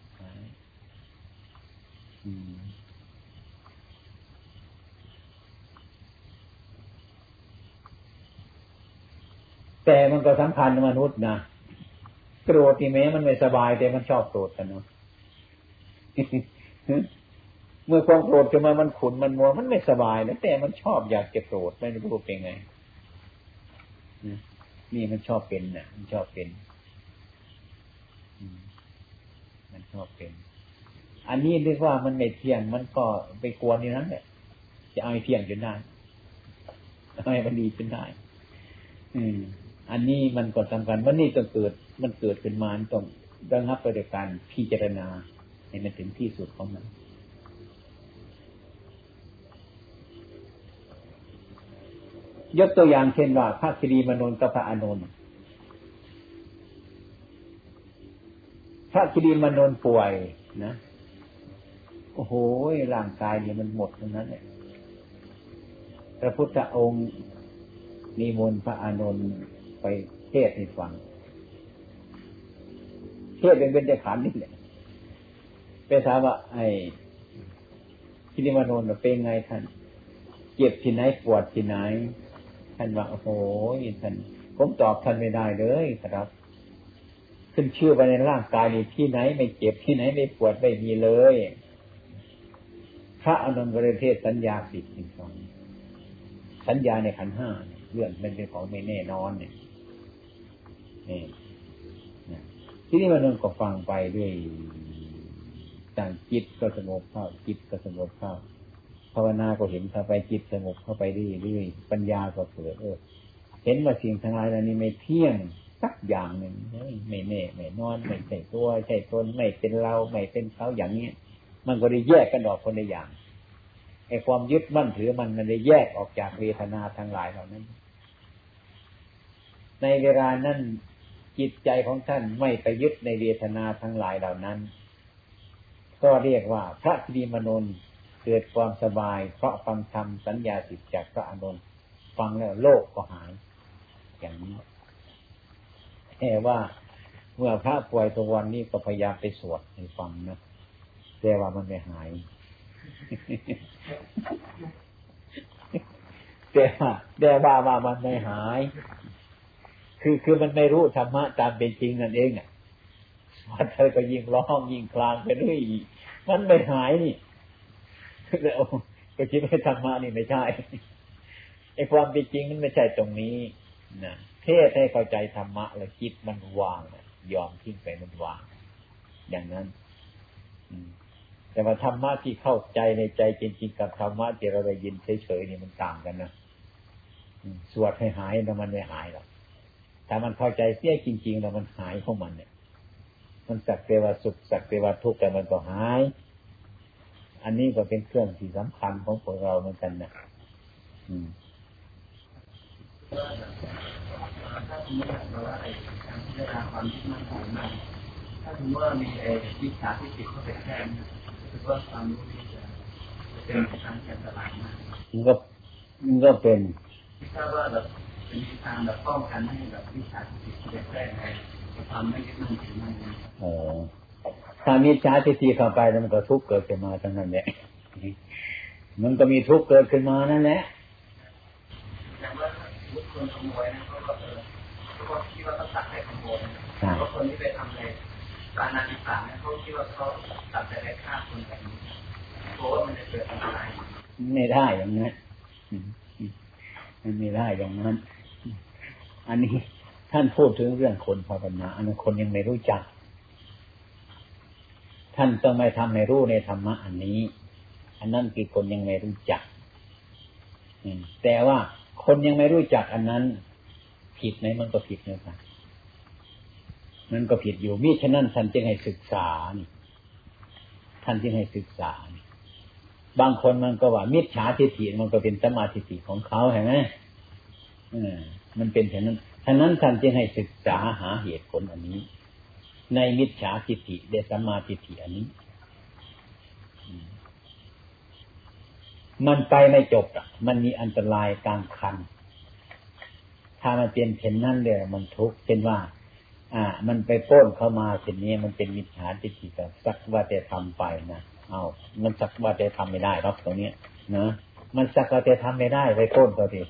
Speaker 1: แต่มันก็สำคัญมนุษย์นะโกรธที่แม้มันไม่สบายแต่มันชอบโกรธกันเนาะ เมื่อความโกรธขึ้นมามันขุ่นมันมัวมันไม่สบายนะแต่มันชอบอยากจะโกรธไม่รู้เป็นไงนี่มันชอบเป็นน่ะมันชอบเป็นมันชอบเป็นอันนี้เรียกว่ามันไม่เที่ยงมันก็ไปกวนอย่างนั้นแหละจะเอาให้เที่ยงจนได้ให้มันดีจนได้อันนี้มันก็สำคัญว่านี่ต้องเกิดมันเกิดขึ้นมาต้องระงับไปด้วยการพิจารณาให้มันถึงที่สุดของมันยกตัวอย่างเช่นว่าพระคิรีมานนท์กับพระอานนท์พระคิรีมานนท์ป่วยนะโอ้โหร่างกายเนี่ยมันหมดทั้งนั้นเลยพระพุทธองค์นิมนต์พระอานนท์ไปเทศน์ให้ฟังเทศน์เป็นเบญจขันธ์นี่แหละไปถามว่าไอ้คิริมานนท์เป็นไงท่านเจ็บที่ไหนปวดที่ไหนท่านว่าโอ้โหท่านผมตอบท่านไม่ได้เลยครับขึ้นชื่อไปในร่างกายนี่ที่ไหนไม่เจ็บที่ไหนไม่ปวดไม่มีเลยพระอานนท์ก็เลยเทศสัญญาสิสิ่งสองสัญญาในขันธ์ห้าเรื่องมันเป็นของไม่แน่นอนเนี่ยที่นี่มานนท์ก็ฟังไปด้วยตั้งจิตก็สงบเข้าจิตก็สงบเข้าภาวนาก็เห็นเข้าไปจิตสงบเข้าไปเรื่อยๆปัญญาก็เกิดเห็นว่าสิ่งทั้งหลายเหล่านี้ไม่เที่ยงสักอย่างหนึ่งไม่แน่ไม่นอนไม่ใช่ตัวใช่ตนไม่เป็นเราไม่เป็นเขาอย่างนี้มันก็ได้แยกกันออกคนละอย่างไอ้ความยึดมั่นถือมันได้แยกออกจากเวทนาทั้งหลายเหล่านั้นในเวลานั้นจิตใจของท่านไม่ไปยึดในเวทนาทั้งหลายเหล่านั้นก็เรียกว่าพระสิริมานนท์เกิดความสบายเพราะฟังธรรมสัญญาสิทธิจากพระอานนท์ฟังแล้วโลกก็หายอย่างนี้แต่ว่าเมื่อพระป่วยตัววันนี้ก็พยายามไปสวดให้ฟังนะแต่ว่ามันไม่หายแต่ว่ามันไม่หายคือมันไม่รู้ธรรมะตามเป็นจริงนั่นเองอ่ะมันเธอก็ยิ่งร้องยิ่งคลางไปเรื่อยมันไม่หายนี่แล้วก็คิดว่าธรรมะนี่ไม่ใช่ไอ้ความเป็นจริงมันไม่ใช่ตรงนี้นะเทศให้เข้าใจธรรมะแล้วจิตมันวางยอมทิ้งไปมันวางอย่างนั้นแต่ว่าธรรมะที่เข้าใจในใจจริงๆกับธรรมะที่เราได้ยินเฉยๆนี่มันต่างกันนะสวดให้หายแต่มันไม่หายหรอกถ้ามันเข้าใจเสียจริงๆแล้วมันหายของมันเนี่ยมันสักแต่ว่าสุขสักแต่ว่าทุกข์แต่มันก็หายอันนี้ก็เป็นเครื่องที่สำคัญของพวกเราเหมือนกันนะ
Speaker 2: ถ้าสมมติว่าไอ้การพิจารณาความยึดมั่นถือมั่นถ้าสมมติว่ามีไอ้วิชาที่ติดเข้าไปแทนถือว่าความรู้นี้จะเป็นทางอันตรายมาก
Speaker 1: มันก็เป็น
Speaker 2: ถ้าว่าแบบเป็นทางแบบป้องกันให้แบบวิชาที่ติดเข้าไปแทนไงความไม่ยึดมั่นถือมั่น
Speaker 1: ถ้ามีชาติที่เข้าไปแล้วมันก็ทุกข์เกิดขึ้นมาทั้งนั้นแหละมันก็มีทุกข์เกิดขึ้นมานั่นแหละ
Speaker 2: อย่างว่าบุคคลขโมยนะเขาคิดว่าเขาตัดไปขโมยเพราะคนที่ไปทำอะไรการนาฬิกาเนี่ยเขาคิดว่าเขาตัดไปฆ่าคนแบบนี้เพราะว่ามันจะเกิดอันตราย
Speaker 1: ไม่ได้อย่างนั้นมันไม่ได้อย่างนั้นอันนี้ท่านพูดถึงเรื่องคนภาวนาอันนั้นคนยังไม่รู้จักท่านต้องไม่ทำให้รู้ในธรรมะอันนี้อันนั้นคือคนยังไม่รู้จักแต่ว่าคนยังไม่รู้จักอันนั้นผิดไหมมันก็ผิดนะครับมันก็ผิดอยู่มิฉะนั้นท่านจึงให้ศึกษานี่ท่านจึงให้ศึกษาบางคนมันก็ว่ามิจฉาทิฏฐิมันก็เป็นสัมมาทิฏฐิของเขาเห็นไหมมันเป็นฉะนั้นฉะนั้นท่านจึงให้ศึกษาหาเหตุผลอันนี้ในมิจฉาทิฏฐิและสัมมาทิฏฐิอันนี้มันไปไม่จบมันมีอันตรายกลางคันถ้ามันเป็นเช่นนั้นเลยมันทุกข์เช่นว่ามันไปโป้นเข้ามาเช่นนี้มันเป็นมิจฉาทิฏฐิแต่สักว่าแต่ทำไปนะมันสักว่าแต่ทำไม่ได้หรอกตรงนี้นะมันสักว่าแต่ทำไม่ได้ไปโป้นก็ดี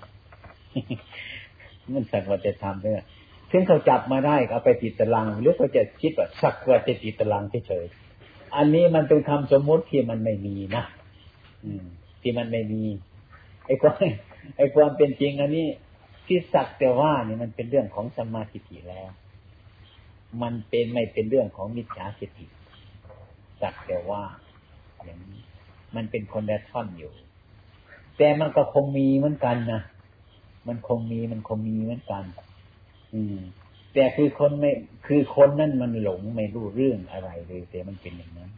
Speaker 1: มันสักว่าแต่ทำไปถึงเขาจับมาได้เอาไปติดตารางหรือเขาจะคิดว่าสักว่าจะติดตารางเฉยๆอันนี้มันเป็นคำสมมติที่มันไม่มีนะที่มันไม่มีไอ้ความเป็นจริงอันนี้ที่สักแต่ว่านี่มันเป็นเรื่องของสัมมาทิฏฐิแล้วมันเป็นไม่เป็นเรื่องของมิจฉาทิฏฐิสักแต่ว่าอย่างนี้มันเป็นคนละท่อนอยู่แต่มันก็คงมีเหมือนกันนะมันคงมีเหมือนกันแต่คือคนนั้นมันหลงไม่รู้เรื่องอะไรเลยแต่มันเป็นอย่างนั้น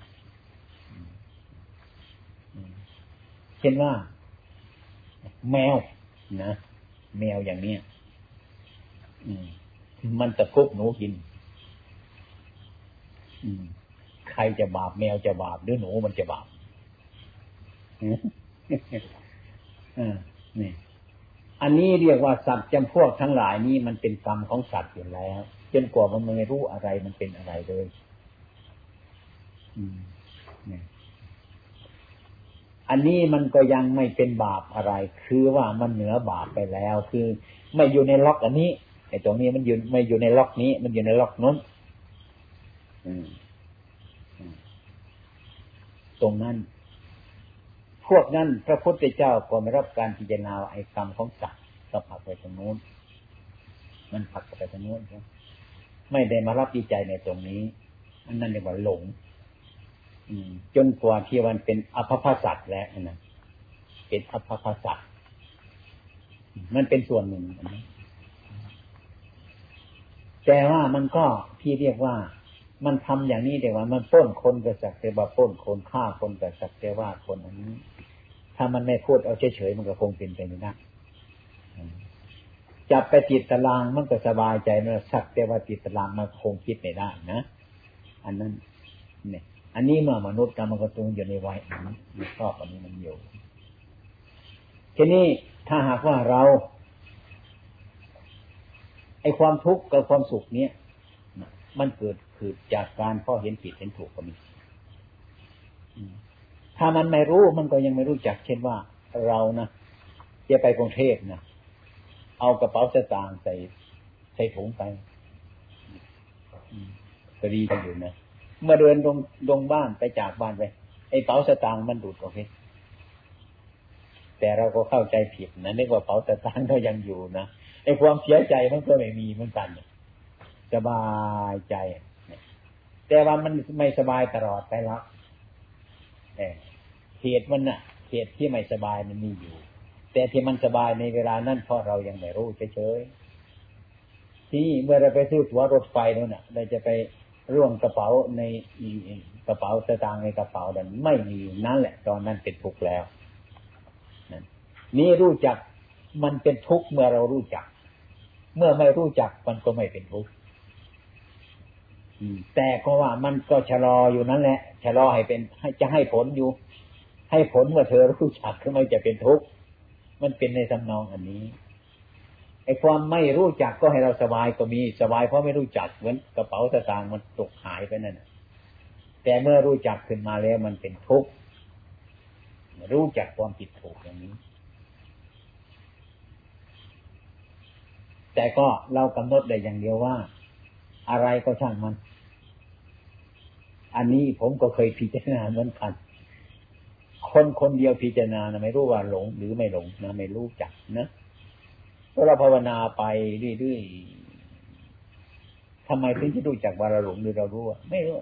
Speaker 1: เช่นว่าแมวนะแมวอย่างเนี้ยมันตะคุบหนูกินใครจะบาปแมวจะบาปหรือหนูมันจะบาปนี่อันนี้เรียกว่าสัตว์จำพวกทั้งหลายนี้มันเป็นกรรมของสัตว์อยู่แล้วจนกว่ามันไม่รู้อะไรมันเป็นอะไรเลยอันนี้มันก็ยังไม่เป็นบาปอะไรคือว่ามันเหนือบาปไปแล้วคือไม่อยู่ในล็อกอันนี้ไอ้ตรงนี้มันอยู่ไม่อยู่ในล็อกนี้มันอยู่ในล็อกนู้นตรงนั้นพวกนั้นพระพุทธเจ้าก็ไม่รับการพิจารณาไอ้กรรมของสัตว์ก็ผลักไปตรงนู้นมันผลักไปตรงนู้นไม่ได้มารับวิจัยในตรงนี้อันนั้นเรียกว่าหลงจนกว่าที่มันเป็นอัปภาสัตแล้วนะเป็นอัปภาสัตมันเป็นส่วนหนึ่งนะแต่ว่ามันก็ที่เรียกว่ามันทำอย่างนี้แต่ว่ามันปล้นคนก็สักแต่ว่าปล้นคนฆ่าคนก็สักแต่ว่าคนอันนี้ถ้ามันไม่พูดเอาเฉยๆมันก็คงเป็นไปไม่ได้จับไปติดตารางมันก็สบายใจนะสักแต่ว่าติดตารางมันคงคิดไม่ได้นะอันนั้นเนี่ยอันนี้เมื่อมนุษย์กรรมกระตุ้งอยู่ในวัยนี้มันชอบอันนี้มันอยู่ทีนี้ถ้าหากว่าเราไอ้ความทุกข์กับความสุขเนี้ยมันเกิดขึ้นจากการพ่อเห็นผิดเห็นถูกก็มีถ้ามันไม่รู้มันก็ยังไม่รู้จักเช่นว่าเรานะจะไปกรุงเทพนะเอากระเป๋าสตางค์ใส่ถุงไปก็ดีกันอยู่นะเมื่อเดินลงบ้านไปจากบ้านไปไอ้เป๋าสตางค์มันดูดโอเคแต่เราก็เข้าใจผิดนะนึกว่าเป๋าสตางค์ก็ยังอยู่นะไอ้ความเสียใจมันก็ไม่มีเหมือนกันสบายใจแต่ว่ามันไม่สบายตลอดไปแล้วเหตุมันน่ะเหตุที่ไม่สบายมันมีอยู่แต่ที่มันสบายในเวลานั้นเพราะเรายังไม่รู้เฉยๆที่เมื่อเราไปซื้อตั๋วรถไฟนั่นน่ะเราจะไปร่วมกระเป๋าในกระเป๋าสตางค์ในกระเป๋าดันไม่มีนั่นแหละตอนนั้นเป็นทุกข์แล้วนี่รู้จักมันเป็นทุกข์เมื่อเรารู้จักเมื่อไม่รู้จักมันก็ไม่เป็นทุกข์แต่ก็ว่ามันก็ชะลออยู่นั่นแหละชะลอให้เป็นจะให้ผลอยู่ให้ผลเมื่อเธอรู้จักก็ไม่จะเป็นทุกข์มันเป็นในทำนองอันนี้ไอ้ความไม่รู้จักก็ให้เราสบายก็มีสบายเพราะไม่รู้จักเหมือนกระเป๋าสตางค์มันตกหายไปนั่นแต่เมื่อรู้จักขึ้นมาแล้วมันเป็นทุกข์รู้จักความผิดถูกอย่างนี้แต่ก็เรากำหนดได้อย่างเดียวว่าอะไรก็ช่างมันอันนี้ผมก็เคยพิจารณาเหมือนกันคนเดียวพิจารณานะไม่รู้ว่าหลงหรือไม่หลงนะไม่รู้จักนะเพราะเราภาวนาไปเรื่อยๆทำไมถึงจะรู้จักว่าเราหลงหรือเรารู้ไม่รู้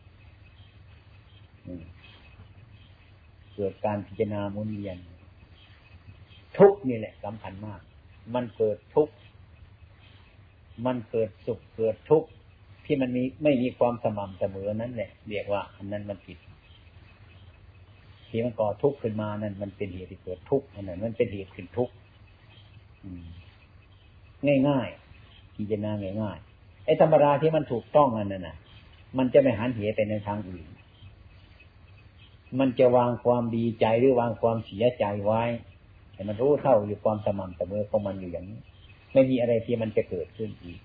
Speaker 1: เกิดการพิจารณาหมุนเวียนทุกข์นี่แหละสำคัญมากมันเกิดทุกข์มันเกิดสุขเกิดทุกข์ที่มันไม่มีความสม่ำเสมอนั่นแหละเรียกว่าอันนั้นมันผิดที่มันก่อทุกข์ขึ้นมานั่นมันเป็นเหตุที่เกิดทุกข์นั่นมันเป็นเหตุขึ้นทุกข์ง่ายๆพิจารณาง่ายๆไอ้ธรรมดาที่มันถูกต้องนั่นน่ะมันจะไม่หันเหไปในทางอื่นมันจะวางความดีใจหรือวางความเสียใจไว้ให้มันรู้เท่าอยู่ความสม่ำเสมอของมันอยู่อย่างนี้ไม่มีอะไรที่มันจะเกิดขึ้นอีก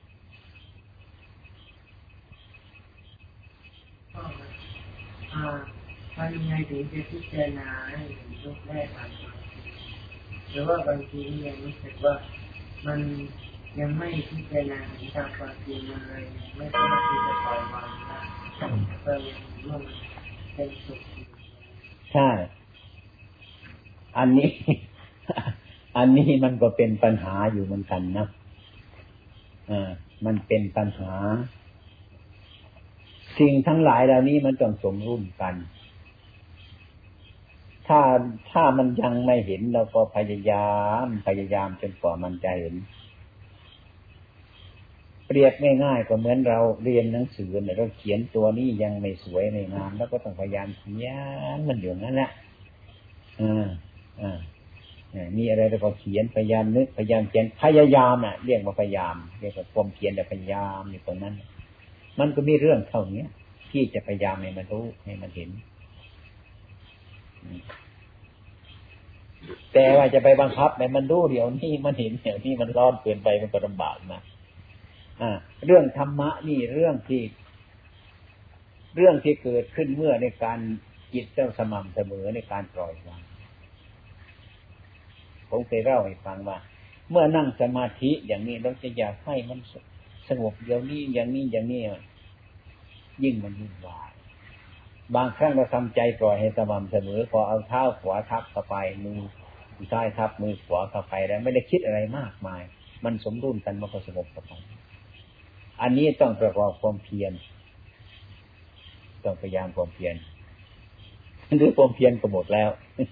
Speaker 3: ทำยังไงถึงจะพิจารณาให้ลูกแรกผ่านหรือว่าบางทียังรู้สึกว่ามันยังไม่พิจารณาตามความจริงมันเลยไม่สามารถที่จะปล่อยวางได้ก็ยังร่วมเป็นสุข
Speaker 1: ใช่อันนี้มันก็เป็นปัญหาอยู่เหมือนกันนะมันเป็นปัญหาสิ่งทั้งหลายเหล่านี้มันต้องสมรุ่นกันถ้ามันยังไม่เห็นเราก็พยายามจนกว่ามันจะเห็นเปรียบง่ายๆก็เหมือนเราเรียนหนังสือเนี่ยเราเขียนตัวนี้ยังไม่สวยไม่งามแล้วก็ต้องพยายามเขียนมันอยู่นั่นแหละมีอะไรเราก็เขียนพยายามนึกพยายามเขียนพยายามน่ะเรียกว่าพยายามเรียกว่าความเขียนแต่พยายามอยู่ตรงนั้นมันก็มีเรื่องเท่านี้ที่จะพยายามให้มันรู้ให้มันเห็นแต่ว่าจะไปบังคับให้มันรู้เดี๋ยวนี้มันเห็นเดี๋ยวนี้มันร้อนเกินไปมันก็ลำบากนะเรื่องธรรมะนี่เรื่องที่เกิดขึ้นเมื่อในการจิตเจ้าสม่ำเสมอในการปล่อยวางผมเคยเล่าให้ฟังว่าเมื่อนั่งสมาธิอย่างนี้เราจะอยากให้มันสงบเดี๋ยวนี้อย่างนี้ยิ่งมันวุ่นวายบางครั้งเราทำใจปล่อยให้สม่ำเสมอพอเอาเท้าขวาทับเข้าไปมือซ้ายทับมือขวาเข้าไปแล้วไม่ได้คิดอะไรมากมายมันสมดุลกันมันก็สงบเข้าไปอันนี้ต้องประกอบความเพียรต้องพยายามความเพียรหรือความเพียรก็หมดแล้ว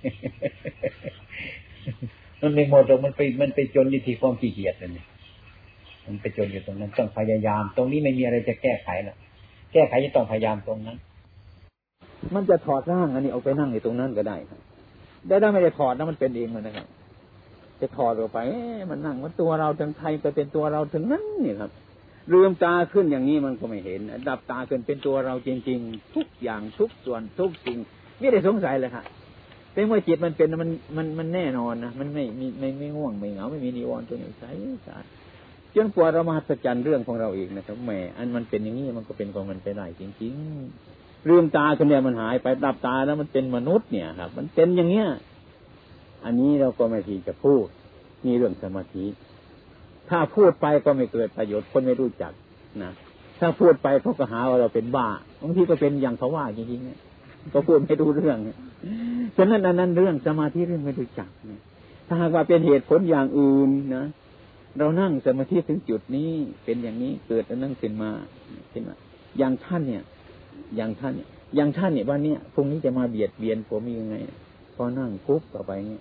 Speaker 1: มันไม่หมดหรอกมันไปจนอยู่ที่ความขี้เกียจนั่นเองมันไปจนอยู่ตรงนั้นต้องพยายามตรงนี้ไม่มีอะไรจะแก้ไขแล้วแก้ไขจะต้องพยายามตรงนั้นมันจะถอดร่างอันนี้เอาไปนั่งในตรงนั้นก็ได้ครับได้ไม่ได้ถอดนะมันเป็นเองมันนะครับจะถอดออกไปมันนั่งมันตัวเราทั้งไทยก็เป็นตัวเราทั้งนั้นนี่ครับลืมตาขึ้นอย่างนี้มันก็ไม่เห็นดับตาขึ้นเป็นตัวเราจริงๆทุกอย่างทุกส่วนทุกสิ่งไม่ได้สงสัยเลยครับเป็นเมื่อจิตมันเป็นมันแน่นอนนะมันไม่ง่วงไม่เหงาไม่มีนิวรณ์ตัวไหนใสสะอาดจนกว่าเรามาหัศจรรย์เรื่องของเราเองนะครับแหมอันมันเป็นอย่างนี้มันก็เป็นของมันไปได้จริงๆลืมตาขึ้นเนี่ยมันหายไปดับตาแล้วมันเป็นมนุษย์เนี่ยครับมันเป็นอย่างเงี้ยอันนี้เราก็ไม่ทีจะพูดนี่เรื่องสมาธิถ้าพูดไปก็ไม่เกิดประโยชน์คนไม่รู้จักนะถ้าพูดไปเขาก็หาว่าเราเป็นบ้าบางทีก็เป็นอย่างเขาว่าจริงๆเนี่ยก็พูดไม่รู้เรื่องฉะนั้นอันนั้นเรื่องสมาธิเรื่องไม่รู้จักเนี่ยถ้าหากว่าเป็นเหตุผลอย่างอื่นนะเรานั่งสมาธิถึงจุดนี้เป็นอย่างนี้เกิดอันนั้นขึ้นมาอย่างท่านเนี่ยวันนี้พรุ่งนี้จะมาเบียดเบียนผมยังไงพอนั่งปุ๊บต่อไปเนี่ย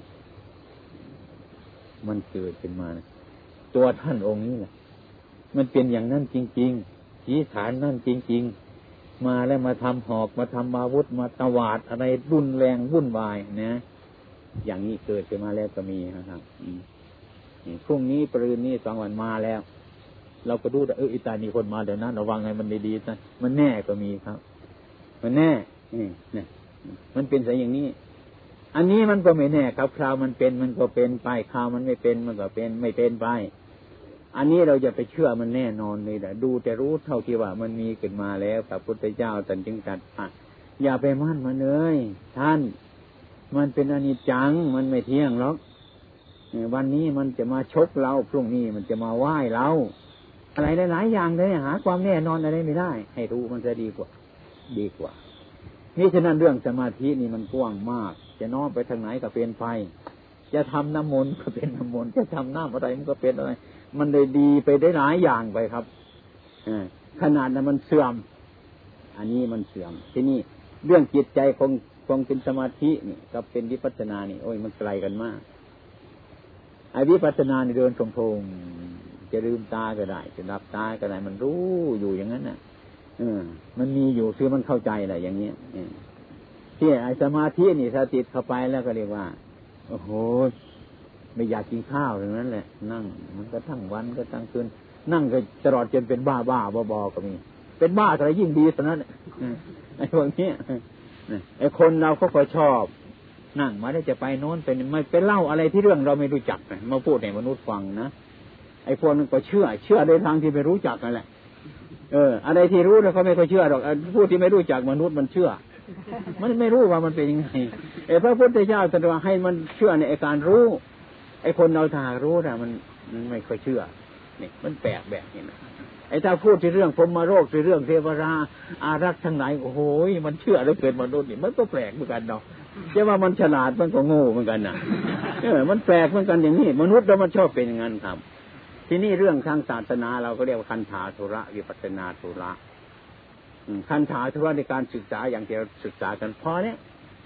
Speaker 1: มันเกิดขึ้นมานะตัวท่านองค์นี้แหละมันเป็นอย่างนั้นจริงๆชี้ฐานนั่นจริงๆมาแล้วมาทำหอกมาทำอาวุธมาตวาดอะไรรุนแรงวุ่นวายนะอย่างนี้เกิดขึ้นมาแล้วก็มีนะครับพรุ่งนี้ปรืนนี้2 วันมาแล้วเราก็ดูแต่อิตาลีคนมาเดี๋ยวนั้นระวังไงมันดีๆนะมันแน่ก็มีครับมันแน่เนี่ยมันเป็นอย่างนี้อันนี้มันก็ไม่แน่ครับคราวมันเป็นมันก็เป็นไปคราวมันไม่เป็นมันก็เป็นไม่เป็นไปอันนี้เราจะไปเชื่อมันแน่นอนเลยแหละดูแต่รู้เท่าที่ว่ามันมีขึ้นมาแล้วพระพุทธเจ้าตรัสจึงตรัสอย่าไปมั่นมันเลยท่านมันเป็นอนิจจังมันไม่เที่ยงหรอกวันนี้มันจะมาชกเราพรุ่งนี้มันจะมาไหว้เราอะไรหลายๆอย่างเลยหาความแน่นอนอะไรไม่ได้ให้รู้มันจะดีกว่านี่ฉะนั้นเรื่องสมาธินี่มันกว้างมากจะน้อมไปทางไหนก็เป็นไปจะทำน้ำมนต์ก็เป็นน้ำมนต์จะทำน้ำอะไรมันก็เป็นอะไรมันเลยดีไปได้หลายอย่างไปครับขนาดนั้นมันเสื่อมอันนี้มันเสื่อมที่นี่เรื่องจิตใจคงเป็นสมาธินี่กับเป็นวิปัสสนานี่โอ้ยมันไกลกันมากไอ้วิปัสสนานี่เดินตรงๆจะลืมตาก็ได้จะหลับตาก็ได้มันรู้อยู่อย่างนั้นน่ะมันมีอยู่คือมันเข้าใจแหละอย่างเงี้ยที่ไอ้สมาธินี่ถ้าติดเข้าไปแล้วก็เรียกว่าโอ้โหไม่อยากกินข้าวอย่างนั้นแหละนั่งมันก็ทั้งวันก็ทั้งคืนนั่งก็ตลอดจนเป็นบ้าบอก็มีเป็นบ้าอะไรยิ่งดีตอนนั้นไอ้พวกนี้ไอ้คนเราก็ชอบนั่งมาได้จะไปโน้นเป็นไม่ไปเล่าอะไรที่เรื่องเราไม่รู้จักมาพูดให้มนุษย์ฟังนะไอ้พวกนั้นก็เชื่อโดยทางที่ไม่รู้จักนั่นแหละอะไรที่รู้แล้วเขาไม่ค่อยเชื่อหรอกผู้ที่ไม่รู้จักมนุษย์มันเชื่อมันไม่รู้ว่ามันเป็นยังไงพระพุทธเจ้าตรัสว่าให้มันเชื่อในการรู้ไอ้คนเราถ้ารู้นะมันไม่ค่อยเชื่อนี่มันแปลกแบบนี้นะไอ้ถ้าพูดที่เรื่องพรหมโลกที่เรื่องเทวราอารักษ์ทั้งหลายโอ้โหมันเชื่อแล้วเกิดมนุษย์นี่มันก็แปลกเหมือนกันเนาะจะว่ามันฉลาดมันก็โง่เหมือนกันนะมันแปลกเหมือนกันอย่างนี้มนุษย์เรามันชอบเป็นอย่างนั้นครับที่นี่เรื่องทางศาสนาเราก็เรียกว่าคันธาธุระวิปัสสนาธุระคันธาธุระในการศึกษาอย่างที่เราศึกษากันพอเนี่ย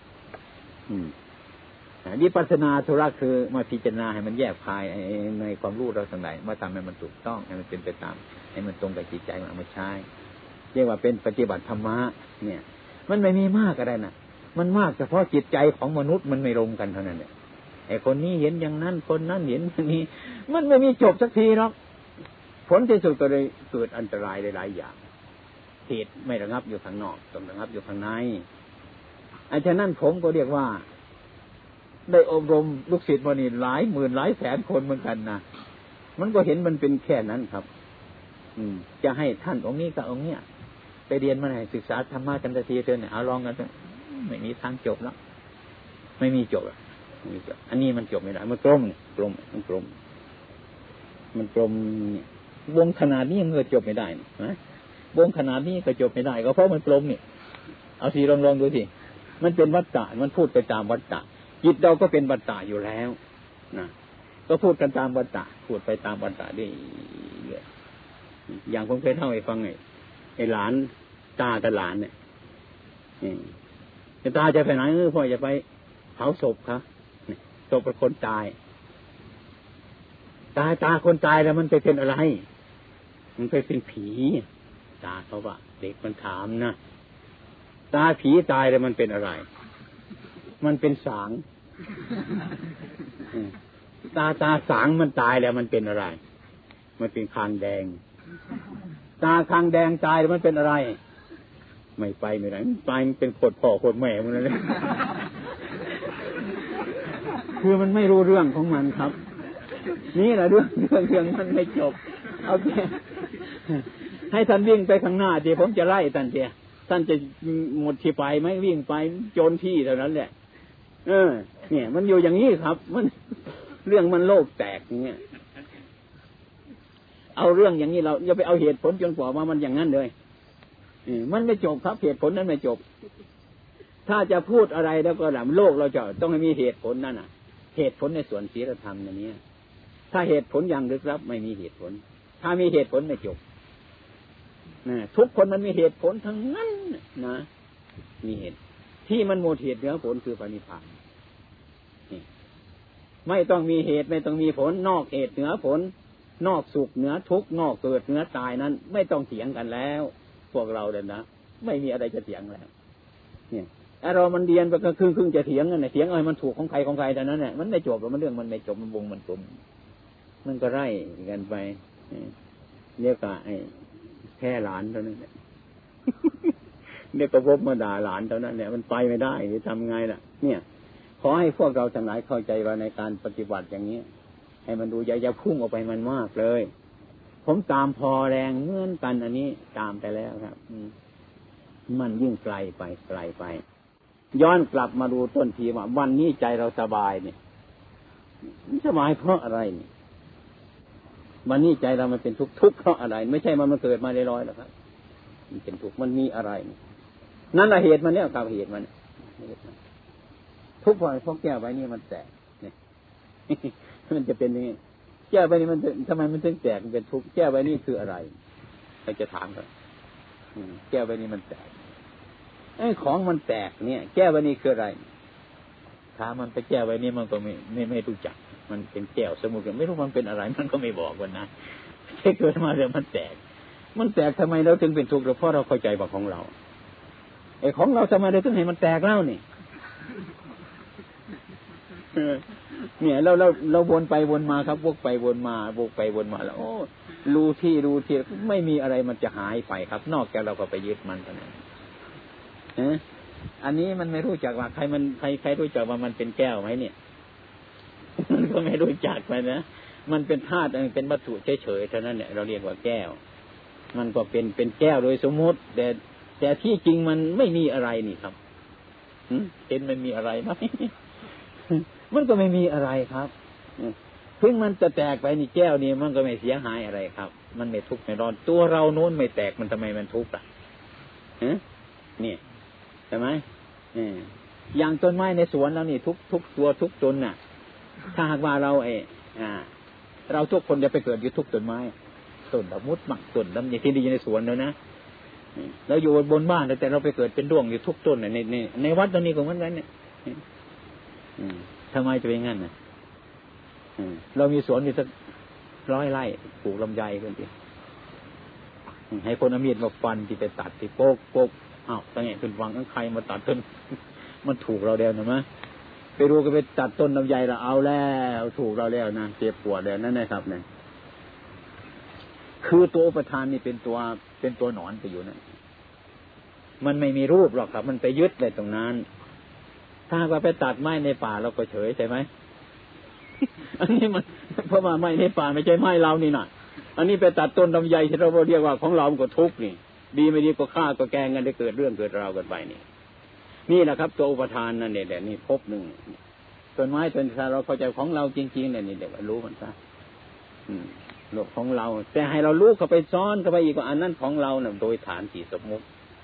Speaker 1: วิปัสสนาธุระคือมาพิจารณาให้มันแยกคายในความรู้เราทั้งหลายมาทำให้มันถูกต้องให้มันเป็นไปตามให้มันตรงกับจิตใจมันเอามาใช้เรียกว่าเป็นปฏิบัติธรรมะเนี่ยมันไม่มีมากอะไรนะมันมากเฉพาะจิตใจของมนุษย์มันไม่ลงกันเท่านั้นแหละไอ้คนนี้เห็นอย่างนั้นคนนั้นเห็นอย่างนี้มันไม่มีจบสักทีหรอกผลที่สุดก็เลยเกิดอันตรายหลายอย่างเหตุไม่ระงับอยู่ข้างนอกต้องระงับอยู่ข้างในฉะนั้นผมก็เรียกว่าได้อบรมลูกศิษย์มานี่หลายหมื่นหลายแสนคนเหมือนกันนะมันก็เห็นมันเป็นแค่นั้นครับจะให้ท่านองค์นี้กับองค์เนี้ยไปเรียนมาไหนศึกษาธรรมะกันทีเถอะเนี่ยเอาลองกันไม่มีทางจบแล้วไม่มีจบอันนี้มันจบไม่ได้มันกลมมันกลมเนี่ยวงขนาดนี้มันก็จบไม่ได้นะวงขนาดนี้ก็จบไม่ได้ก็เพราะมันกลมเนี่ยเอาสิลองดูสิมันเป็นวัฏฏะมันพูดไปตามวัฏฏะจิตเราก็เป็นวัฏฏะอยู่แล้วนะก็พูดกันตามวัฏฏะพูดไปตามวัฏฏะได้อย่างผมเคยเล่าให้ฟังไอ้หลานตากับหลานเนี่ย
Speaker 4: ตาจะไปไหนพ่อจะไปเผาศพครับศพเป็นคนตายตาคนตายแล้วมันไปเป็นอะไรมันไปเป็นผีตาเขาว่าเด็กมันถามนะตาผีตายแล้วมันเป็นอะไรมันเป็นสางตาสางมันตายแล้วมันเป็นอะไรมันเป็นคางแดงตาคางแดงตายแล้วมันเป็นอะไรไม่ไปไม่ได้ไปมันเป็นโคตรพ่อโคตรแม่มันเลยคือมันไม่รู้เรื่องของมันครับนี่แหละเรื่องมันไม่จบโอเคให้ท่านวิ่งไปข้างหน้าเดี๋ยวผมจะไล่ท่านเดียท่านจะหมดที่ไปไหมวิ่งไปโจรที่เท่านั้นแหละเนี่ยมันอยู่อย่างนี้ครับมันเรื่องมันโลกแตกอย่างเงี้ยเอาเรื่องอย่างนี้เราอย่าไปเอาเหตุผลจนกว่าว่ามันอย่างนั้นเลยมันไม่จบครับเหตุผลนั้นไม่จบถ้าจะพูดอะไรแล้วก็แบบโลกเราจะต้องให้มีเหตุผลนั่นน่ะเหตุผลในส่วนศีลธรรมอย่างนี้ถ้าเหตุผลอย่างลึกลับไม่มีเหตุผลถ้ามีเหตุผลไม่จบทุกคนมันมีเหตุผลทั้งนั้นนะมีเหตุที่มันหมดเหตุเหนือผลคือปณิพานไม่ต้องมีเหตุไม่ต้องมีผลนอกเหตุเหนือผลนอกสุขเหนือทุกข์นอกเกิดเหนือตายนั้นไม่ต้องเถียงกันแล้วพวกเราเลยนะไม่มีอะไรจะเถียงแล้วเนี่ยเรามันเรียนไปก็ครึ่งจะเถียงกันเนี่ยเถียงอะไรมันถูกของใครแต่นั้นเนี่ยมันไม่จบหรอกมันเรื่องมันไม่จบมันวงมันกลมมันก็ไล่กันไปเรียกว่าแค่หลานเท่านั้นเรียกก็พบมาด่าหลานเท่านั้นเนี่ยมันไปไม่ได้จะทำไงล่ะเนี่ยขอให้พวกเราทั้งหลายเข้าใจว่าในการปฏิบัติอย่างนี้ให้มันดูอย่าพุ่งออกไปมันมากเลยผมตามพอแรงเหมือนกันอันนี้ตามไปแล้วครับมันยิ่งไกลไปย้อนกลับมาดูต้นทีว่าวันนี้ใจเราสบายเนี่ยสบายเพราะอะไรเนี่ยวันนี้ใจเรามันเป็นทุกข์เพราะอะไรไม่ใช่มันเกิดมาลอยๆหรอกครับมันเป็นทุกข์มันมีอะไรนั่นแหละเหตุมันเนี่ยครับเหตุมันทุกข์เพราะแก้วไว้นี่มันแตกเนี่ยมันจะเป็นยังไงแก้วไว้นี่มันทำไมมันถึงแตกมันเป็นทุกข์แก้วไว้นี่คืออะไรเราจะถามกันแก้วไว้นี่มันแตกไอ้ของมันแตกเนี่ยแก้วไว้นี่คืออะไรถามมันไปแก้วไว้นี่มันก็ไม่รู้จักมันเป็นแก้วสมุนไม่รู้มันเป็นอะไรมันก็ไม่บอกวันนะแค่เกิดมาเดี๋ยวมันแตกทำไมเราถึงเป็นทุกข์เพราะเราเข้าใจว่าของเราไอ้ของเราทำไมเราถึงให้มันแตกเล่านี่เนี่ยเราวนไปวนมาครับวกไปวนมาแล้วโอ้รู้ที่ไม่มีอะไรมันจะหายไปครับนอกจากเราก็ไปยึดมันเท่านั้นอันนี้มันไม่รู้จักว่าใครรู้จักว่ามันเป็นแก้วไหมเนี่ยมันก็ไม่รู้จักไปนะมันเป็นธาตุเป็นวัตถุเฉยๆเท่านั้นเนี่ยเราเรียกว่าแก้วมันก็เป็นแก้วโดยสมมติแต่ที่จริงมันไม่มีอะไรนี่ครับเห็นมันมีอะไรไหมมันก็ไม่มีอะไรครับถึงมันจะแตกไปนี่แก้วนี่มันก็ไม่เสียหายอะไรครับมันไม่ทุกข์ไม่ร้อนตัวเราโน้นไม่แตกมันทำไมมันทุกข์ล่ะนี่ใช่ไหมอย่างต้นไม้ในสวนเรานี่ทุกตัวทุกต้นน่ะถ้าหากว่าเราเราทุกคนจะไปเกิดอยู่ทุกต้นไม้ต้นละมุดหมักต้นลำไยที่ดีในสวนเลยนะเราอยู่บนบ้านแต่เราไปเกิดเป็นด้วงอยู่ทุกต้นในวัดตรงนี้ของมันนั้นเนี่ยทำไมจะเป็นงั้นน่ะเรามีสวนอยู่สัก100 ไร่ปลูกลำไยกันดิให้คนเอามีดมาฟันที่ไปตัดที่โป๊กอ้าวตั้งแต่เป็นวังใครมาตัดต้นมันถูกเราแล้วนะมั้ยไปรู้ก็ไปตัดต้นลำไยเราเอาแล้วถูกเราแล้วนะเจ็บปวดแล้วนั่นนะครับเนี่ยคือตัวอุปทานนี่เป็นตัวหนอนไปอยู่นั่นมันไม่มีรูปหรอกครับมันไปยึดเลยตรงนั้นถ้าว่าไปตัดไม้ในป่าเราก็เฉยใช่ไหมอันนี้มันเพราะว่าไม้ในป่าไม่ใช่ไม้เรานี่น่ะอันนี้ไปตัดต้นลำไยที่เราเรียกว่าของเรามันก็ทุกข์นี่ดีไม่ดีก็ฆ่าก็แกล้งกันได้เกิดเรื่องเกิดราวกันไปนี่แหละครับตัวอุปทานนั่นแหละนี่ภพหนึ่งต้นไม้ต้นชาเราเข้าใจของเราจริงๆเนี่ยนี่เดี๋ยวรู้มันซะโลกของเราแต่ให้เรารู้เข้าไปซ้อนเข้าไปอีกว่าอันนั้นของเราเนี่ยโดยฐานที่สมมุติ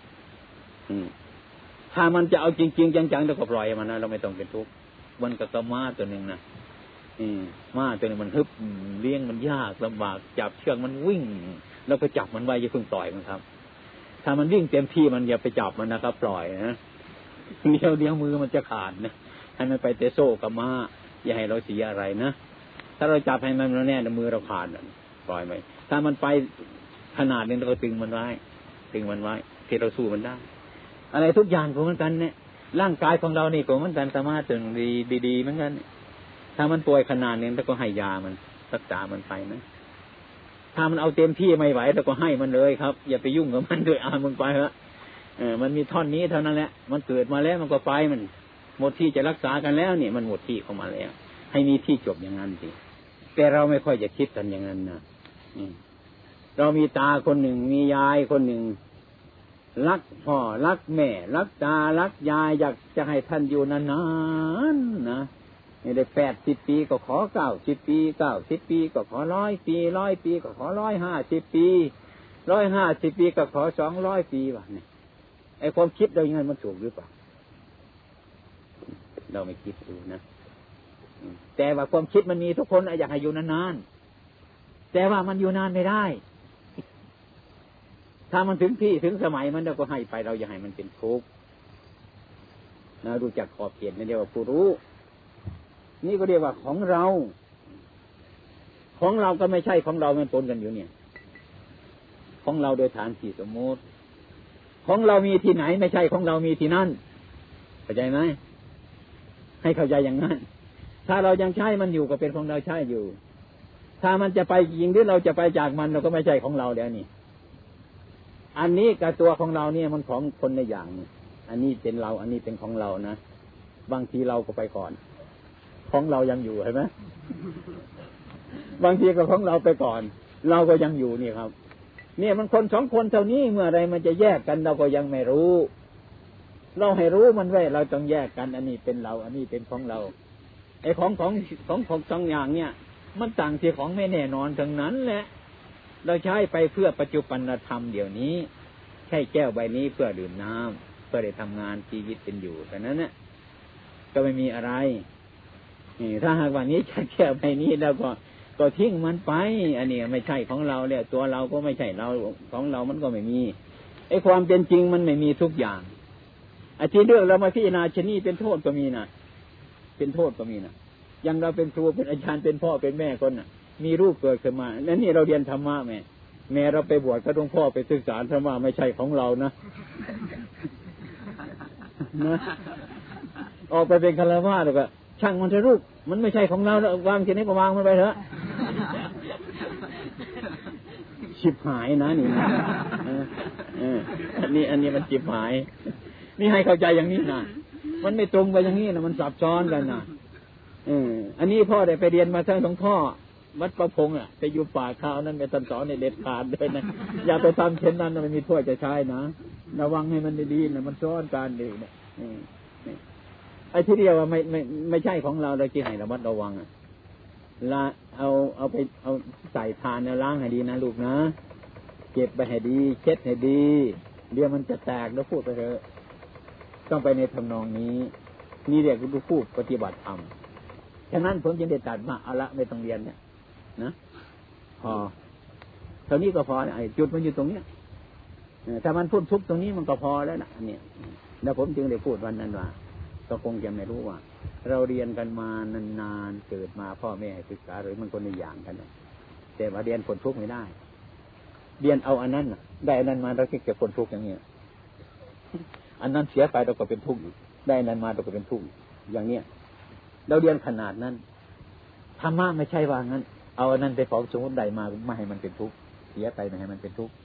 Speaker 4: ถ้ามันจะเอาจริงๆจังๆเราก็ปล่อยมันนะเราไม่ต้องเป็นทุกข์มันก็ม้าตัวนึงนะม้าตัวนึงมันฮึบเลี้ยงมันยากลำบากจับเชือกมันวิ่งแล้วก็จับมันไว้อย่าเพิ่งปล่อยมันครับถ้ามันวิ่งเต็มที่มันอย่าไปจับมันนะครับปล่อยนะเลี้ยวมือมันจะขาดนะให้มันไปเตะโซ่กับม้าอย่าให้เราเสียอะไรนะถ้าเราจับให้มันแน่นมือเราขาดปล่อยไปถ้ามันไปขนาดนึงเราก็ตึงมันไว้ที่เราสู้มันได้อะไรทุกอย่างของมันกันเนี่ยร่างกายของเรานี่ของมันกันสามารถถึงดีเหมือนกันถ้ามันป่วยขนาดนึงแล้วก็ให้ยามันรักษามันไปนะถ้ามันเอาเต็มที่ไม่ไหวแล้วก็ให้มันเลยครับอย่าไปยุ่งกับมันด้วยมึงไปเถอะมันมีท่อนนี้เท่านั้นแหละมันเกิดมาแล้วมันก็ไปมันหมดที่จะรักษากันแล้วเนี่ยมันหมดที่ของมันแล้วให้มีที่จบอย่างนั้นสิแต่เราไม่ค่อยจะคิดกันอย่างนั้นนะเรามีตาคนหนึ่งมียายคนหนึ่งรักพ่อรักแม่รักตารักยายอยากจะให้ท่านอยู่นานๆนะไม่ได้80 ปีก็ขอ90 ปี90 ปีก็ขอ100 ปี100 ปีก็ขอ150 ปี150 ปีก็ขอ200 ปีว่ะเนี่ยไอ้ความคิดเราอย่างนั้นมันถูกหรือเปล่าเราไม่คิดดูนะแต่ว่าความคิดมันมีทุกคนอยากให้อยู่นานๆแต่ว่ามันอยู่นานไม่ได้ถ้ามันถึงที่ถึงสมัยมันเราก็ให้ไปเราอย่าให้มันเป็นทุกข์นะรู้จักขอบเขตนั่นเรียกว่าผู้รู้นี่ก็เรียกว่าของเราก็ไม่ใช่ของเรามันปนกันอยู่เนี่ยของเราโดยฐานที่สมมติของเรามีที่ไหนไม่ใช่ของเรามีที่นั่นเข้าใจไหมให้เข้าใจอย่างนั้นถ้าเรายังใช้มันอยู่ก็เป็นของเราใช้อยู่ถ้ามันจะไปยิงหรือเราจะไปจากมันเราก็ไม่ใช่ของเราแล้วนี่อันนี้กับตัวของเราเนี่ยมันของคนในอย่างนี่อันนี้เป็นเราอันนี้เป็นของเรานะบางทีเราก็ไปก่อนของเรายังอยู่เห็นไหมบางทีก็ของเราไปก่อนเราก็ยังอยู่นี่ครับเนี่ยมันคนสองคนเท่านี้เมื่อไรมันจะแยกกันเราก็ยังไม่รู้เราให้รู้มันไว้เราต้องแยกกันอันนี้เป็นเราอันนี้เป็นของเราไอ้ของสองอย่างเนี่ยมันต่างที่ของไม่แน่นอนทั้งนั้นแหละเราใช้ไปเพื่อปัจจุบันธรรมเดี๋ยวนี้ใช้แก้วใบนี้เพื่อดื่มน้ำเพื่อได้ทำงานชีวิตเป็นอยู่แต่นั้นเนี่ยก็ไม่มีอะไรถ้าหากวันนี้ใช้แก้วใบนี้แล้วก็ทิ้งมันไปอันนี้ไม่ใช่ของเราแล้วตัวเราก็ไม่ใช่เราของเรามันก็ไม่มีไอ้ความเป็นจริงมันไม่มีทุกอย่างไอ้ที่เรื่องเรามาพิจารณาชนีเป็นโทษก็มีนะเป็นโทษก็มีนะยังเราเป็นครูเป็นอาจารย์เป็นพ่อเป็นแม่คนน่ะมีรูปเกิดขึ้นมานั่นนี่เราเรียนธรรมะแม่เราไปบวชก็ต้องพ่อไปศึกษาธรรมะไม่ใช่ของเรานะนะออกไปเป็นฆราวาสแล้วก็ช่างมันเถอะลูกมันไม่ใช่ของเราแล้ววางทีนี้ก็วางมันไปเถอะชิบหายนะนี่นะอันนี้มันชิบหายนี่ให้เข้าใจอย่างนี้นะมันไม่ตรงไปอย่างนี้นะมันซับซ้อนกันนะอันนี้พ่อได้ไปเรียนมาทั้งหลวงพ่อวัดประพงษ์ไปอยู่ป่าข้าวนั่นไปสอนในเด็ดขาดเลยนะอย่าไปทำเช่นนั้นมันมีโทษจะใช้นะระวังให้มันดีๆนะมันซ้อนกันดีนะไอ้ที่เรียกว่าไม่ใช่ของเราเราที่ให้ระมัดระวังเอาไปเอาใส่ทานแล้วล้างให้ดีนะลูกนะเก็บไปให้ดีเช็ดให้ดีเดี๋ยวมันจะแตกแล้วพูดไปเถอะต้องไปในทำนองนี้นี่เรียกว่าพูดปฏิบัติธรรมฉะนั้นผมจึงได้ตัดมาเอาละไม่ต้องเรียนเนี่ยนะพอเท่านี้ก็พอไอ้จุดมันอยู่ตรงเนี้ยถ้ามันพูดทุกตรงนี้มันก็พอแล้วนะเนี่ยแล้วผมจึงได้พูดวันนั้นว่าก็คงจะไม่รู้ว่าเราเรียนกันมานานๆเกิดมาพ่อแม่ศึกษาหรือมันคนในอย่างกันแต่ว่าเรียนพ้นทุกข์ไม่ได้เรียนเอาอันนั้นได้อันนั้นมาเราคิดจะพ้นทุกข์อย่างเงี้ยอันนั้นเสียไปเราก็เป็นทุกข์ได้อันนั้นมาเราก็เป็นทุกข์อย่างเนี้ยเราเรียนขนาดนั้นธรรมะไม่ใช่ว่างั้นเอาอันนั้นไปของสมมติใดมาไม่ให้มันเป็นทุกข์เสียไปไม่ให้มันเป็นทุกข์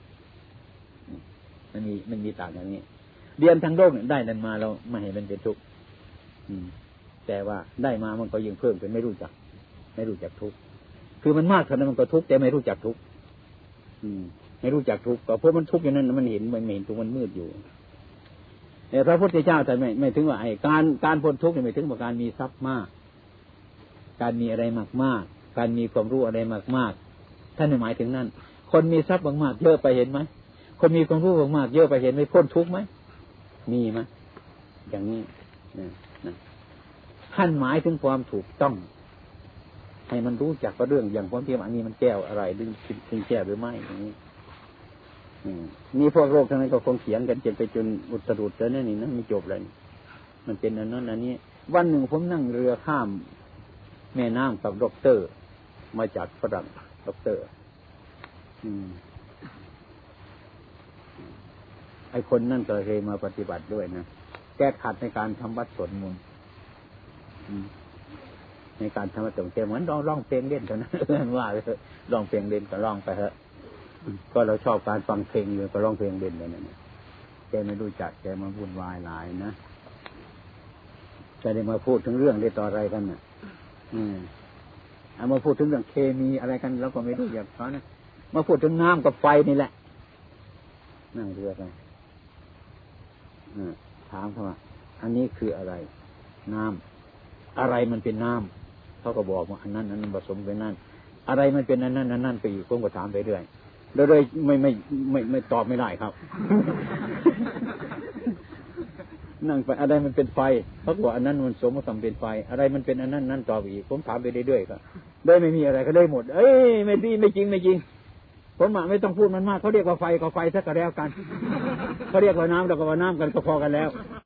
Speaker 4: มันมีต่างอย่างนี้เรียนทางโลกเนี่ยได้นั้นมาเราไม่ให้มันเป็นทุกข์แต่ว่าได้มามันก็ยิ่งเพิ่มเป็นไม่รู้จักทุกข์คือมันมากเท่านั้นมันก็ทุกข์แต่ไม่รู้จักทุกข์ไม่รู้จักทุกข์ก็เพราะมันทุกข์อย่างนั้นมันเห็นทุกข์มันมืดอยู่แต่พระพุทธเจ้าท่านไม่ถึงว่าไอ้การพ้นทุกข์ไม่ถึงว่าการมีทรัพย์มากการมีอะไรมากการมีความรู้อะไรมากท่านไม่หมายถึงนั่นคนมีทรัพย์มากๆเยอะไปเห็นไหมคนมีความรู้มากๆเยอะไปเห็นไม่พ้นทุกข์ไหมมีไหมอย่างนี้ท่านหมายถึงความถูกต้องให้มันรู้จักว่าเรื่องอย่างความเทียมอันนี้มันแก้วอะไรหรือเป็นแก้วหรือไม่อย่างนี้นี่พวกโลกทั้งนั้นก็คงเถียงกันจนไปจนอุตรุดแล้วนี่นะไม่จบเลยมันเป็นอันนั้นอันนี้วันหนึ่งผมนั่งเรือข้ามแม่น้ำกับด็อกเตอร์มาจากฝรั่งด็อกเตอร์ไอคนนั่นก็เคยมาปฏิบัติด้วยนะแก้ขัดในการทำวัดสวดมนต์ในการทำวัดสวดมนต์เหมือนร้องเพลงเล่นเท่านั้นว่าเลยร้องเพลงเล่นก็ร้องไปเถอะก็เราชอบการฟังเพลงเลยก็ร้องเพลงเล่นเลยนะแกไม่รู้จักแกมาวุ่นวายหลายนะจะได้มาพูดถึงเรื่องได้ต่ออะไรกันน่ะเอามาพูดถึงเรื่องเคมีอะไรกันเราก็ไม่รู้อย่างเขานะมาพูดถึงน้ำกับไฟนี่แหละนั่งเรือไปถามเขาว่าอันนี้คืออะไรน้ำอะไรมันเป็นน้ำเขาก็บอกว่าอันนั้นผสมไปนั่นอะไรมันเป็นอันนั้นไปอีกผมก็ถามไปเรื่อยเลยไม่ตอบไม่ได้ครับ นั่งไปอะไรมันเป็นไฟเขาบอกอันนั้นมันสมมติเป็นไฟอะไรมันเป็นอันนั้นตอบอีกผมถามไปเรื่อยๆก็ได้ไม่มีอะไรก็ได้หมดไม่จริงผมไม่ต้องพูดมันมากเขาเรียกว่าไฟก็ไฟซะก็แล้วกันเขาเรียกว่าน้ำเราก็ว่าน้ำกันก็พอกันแล้ว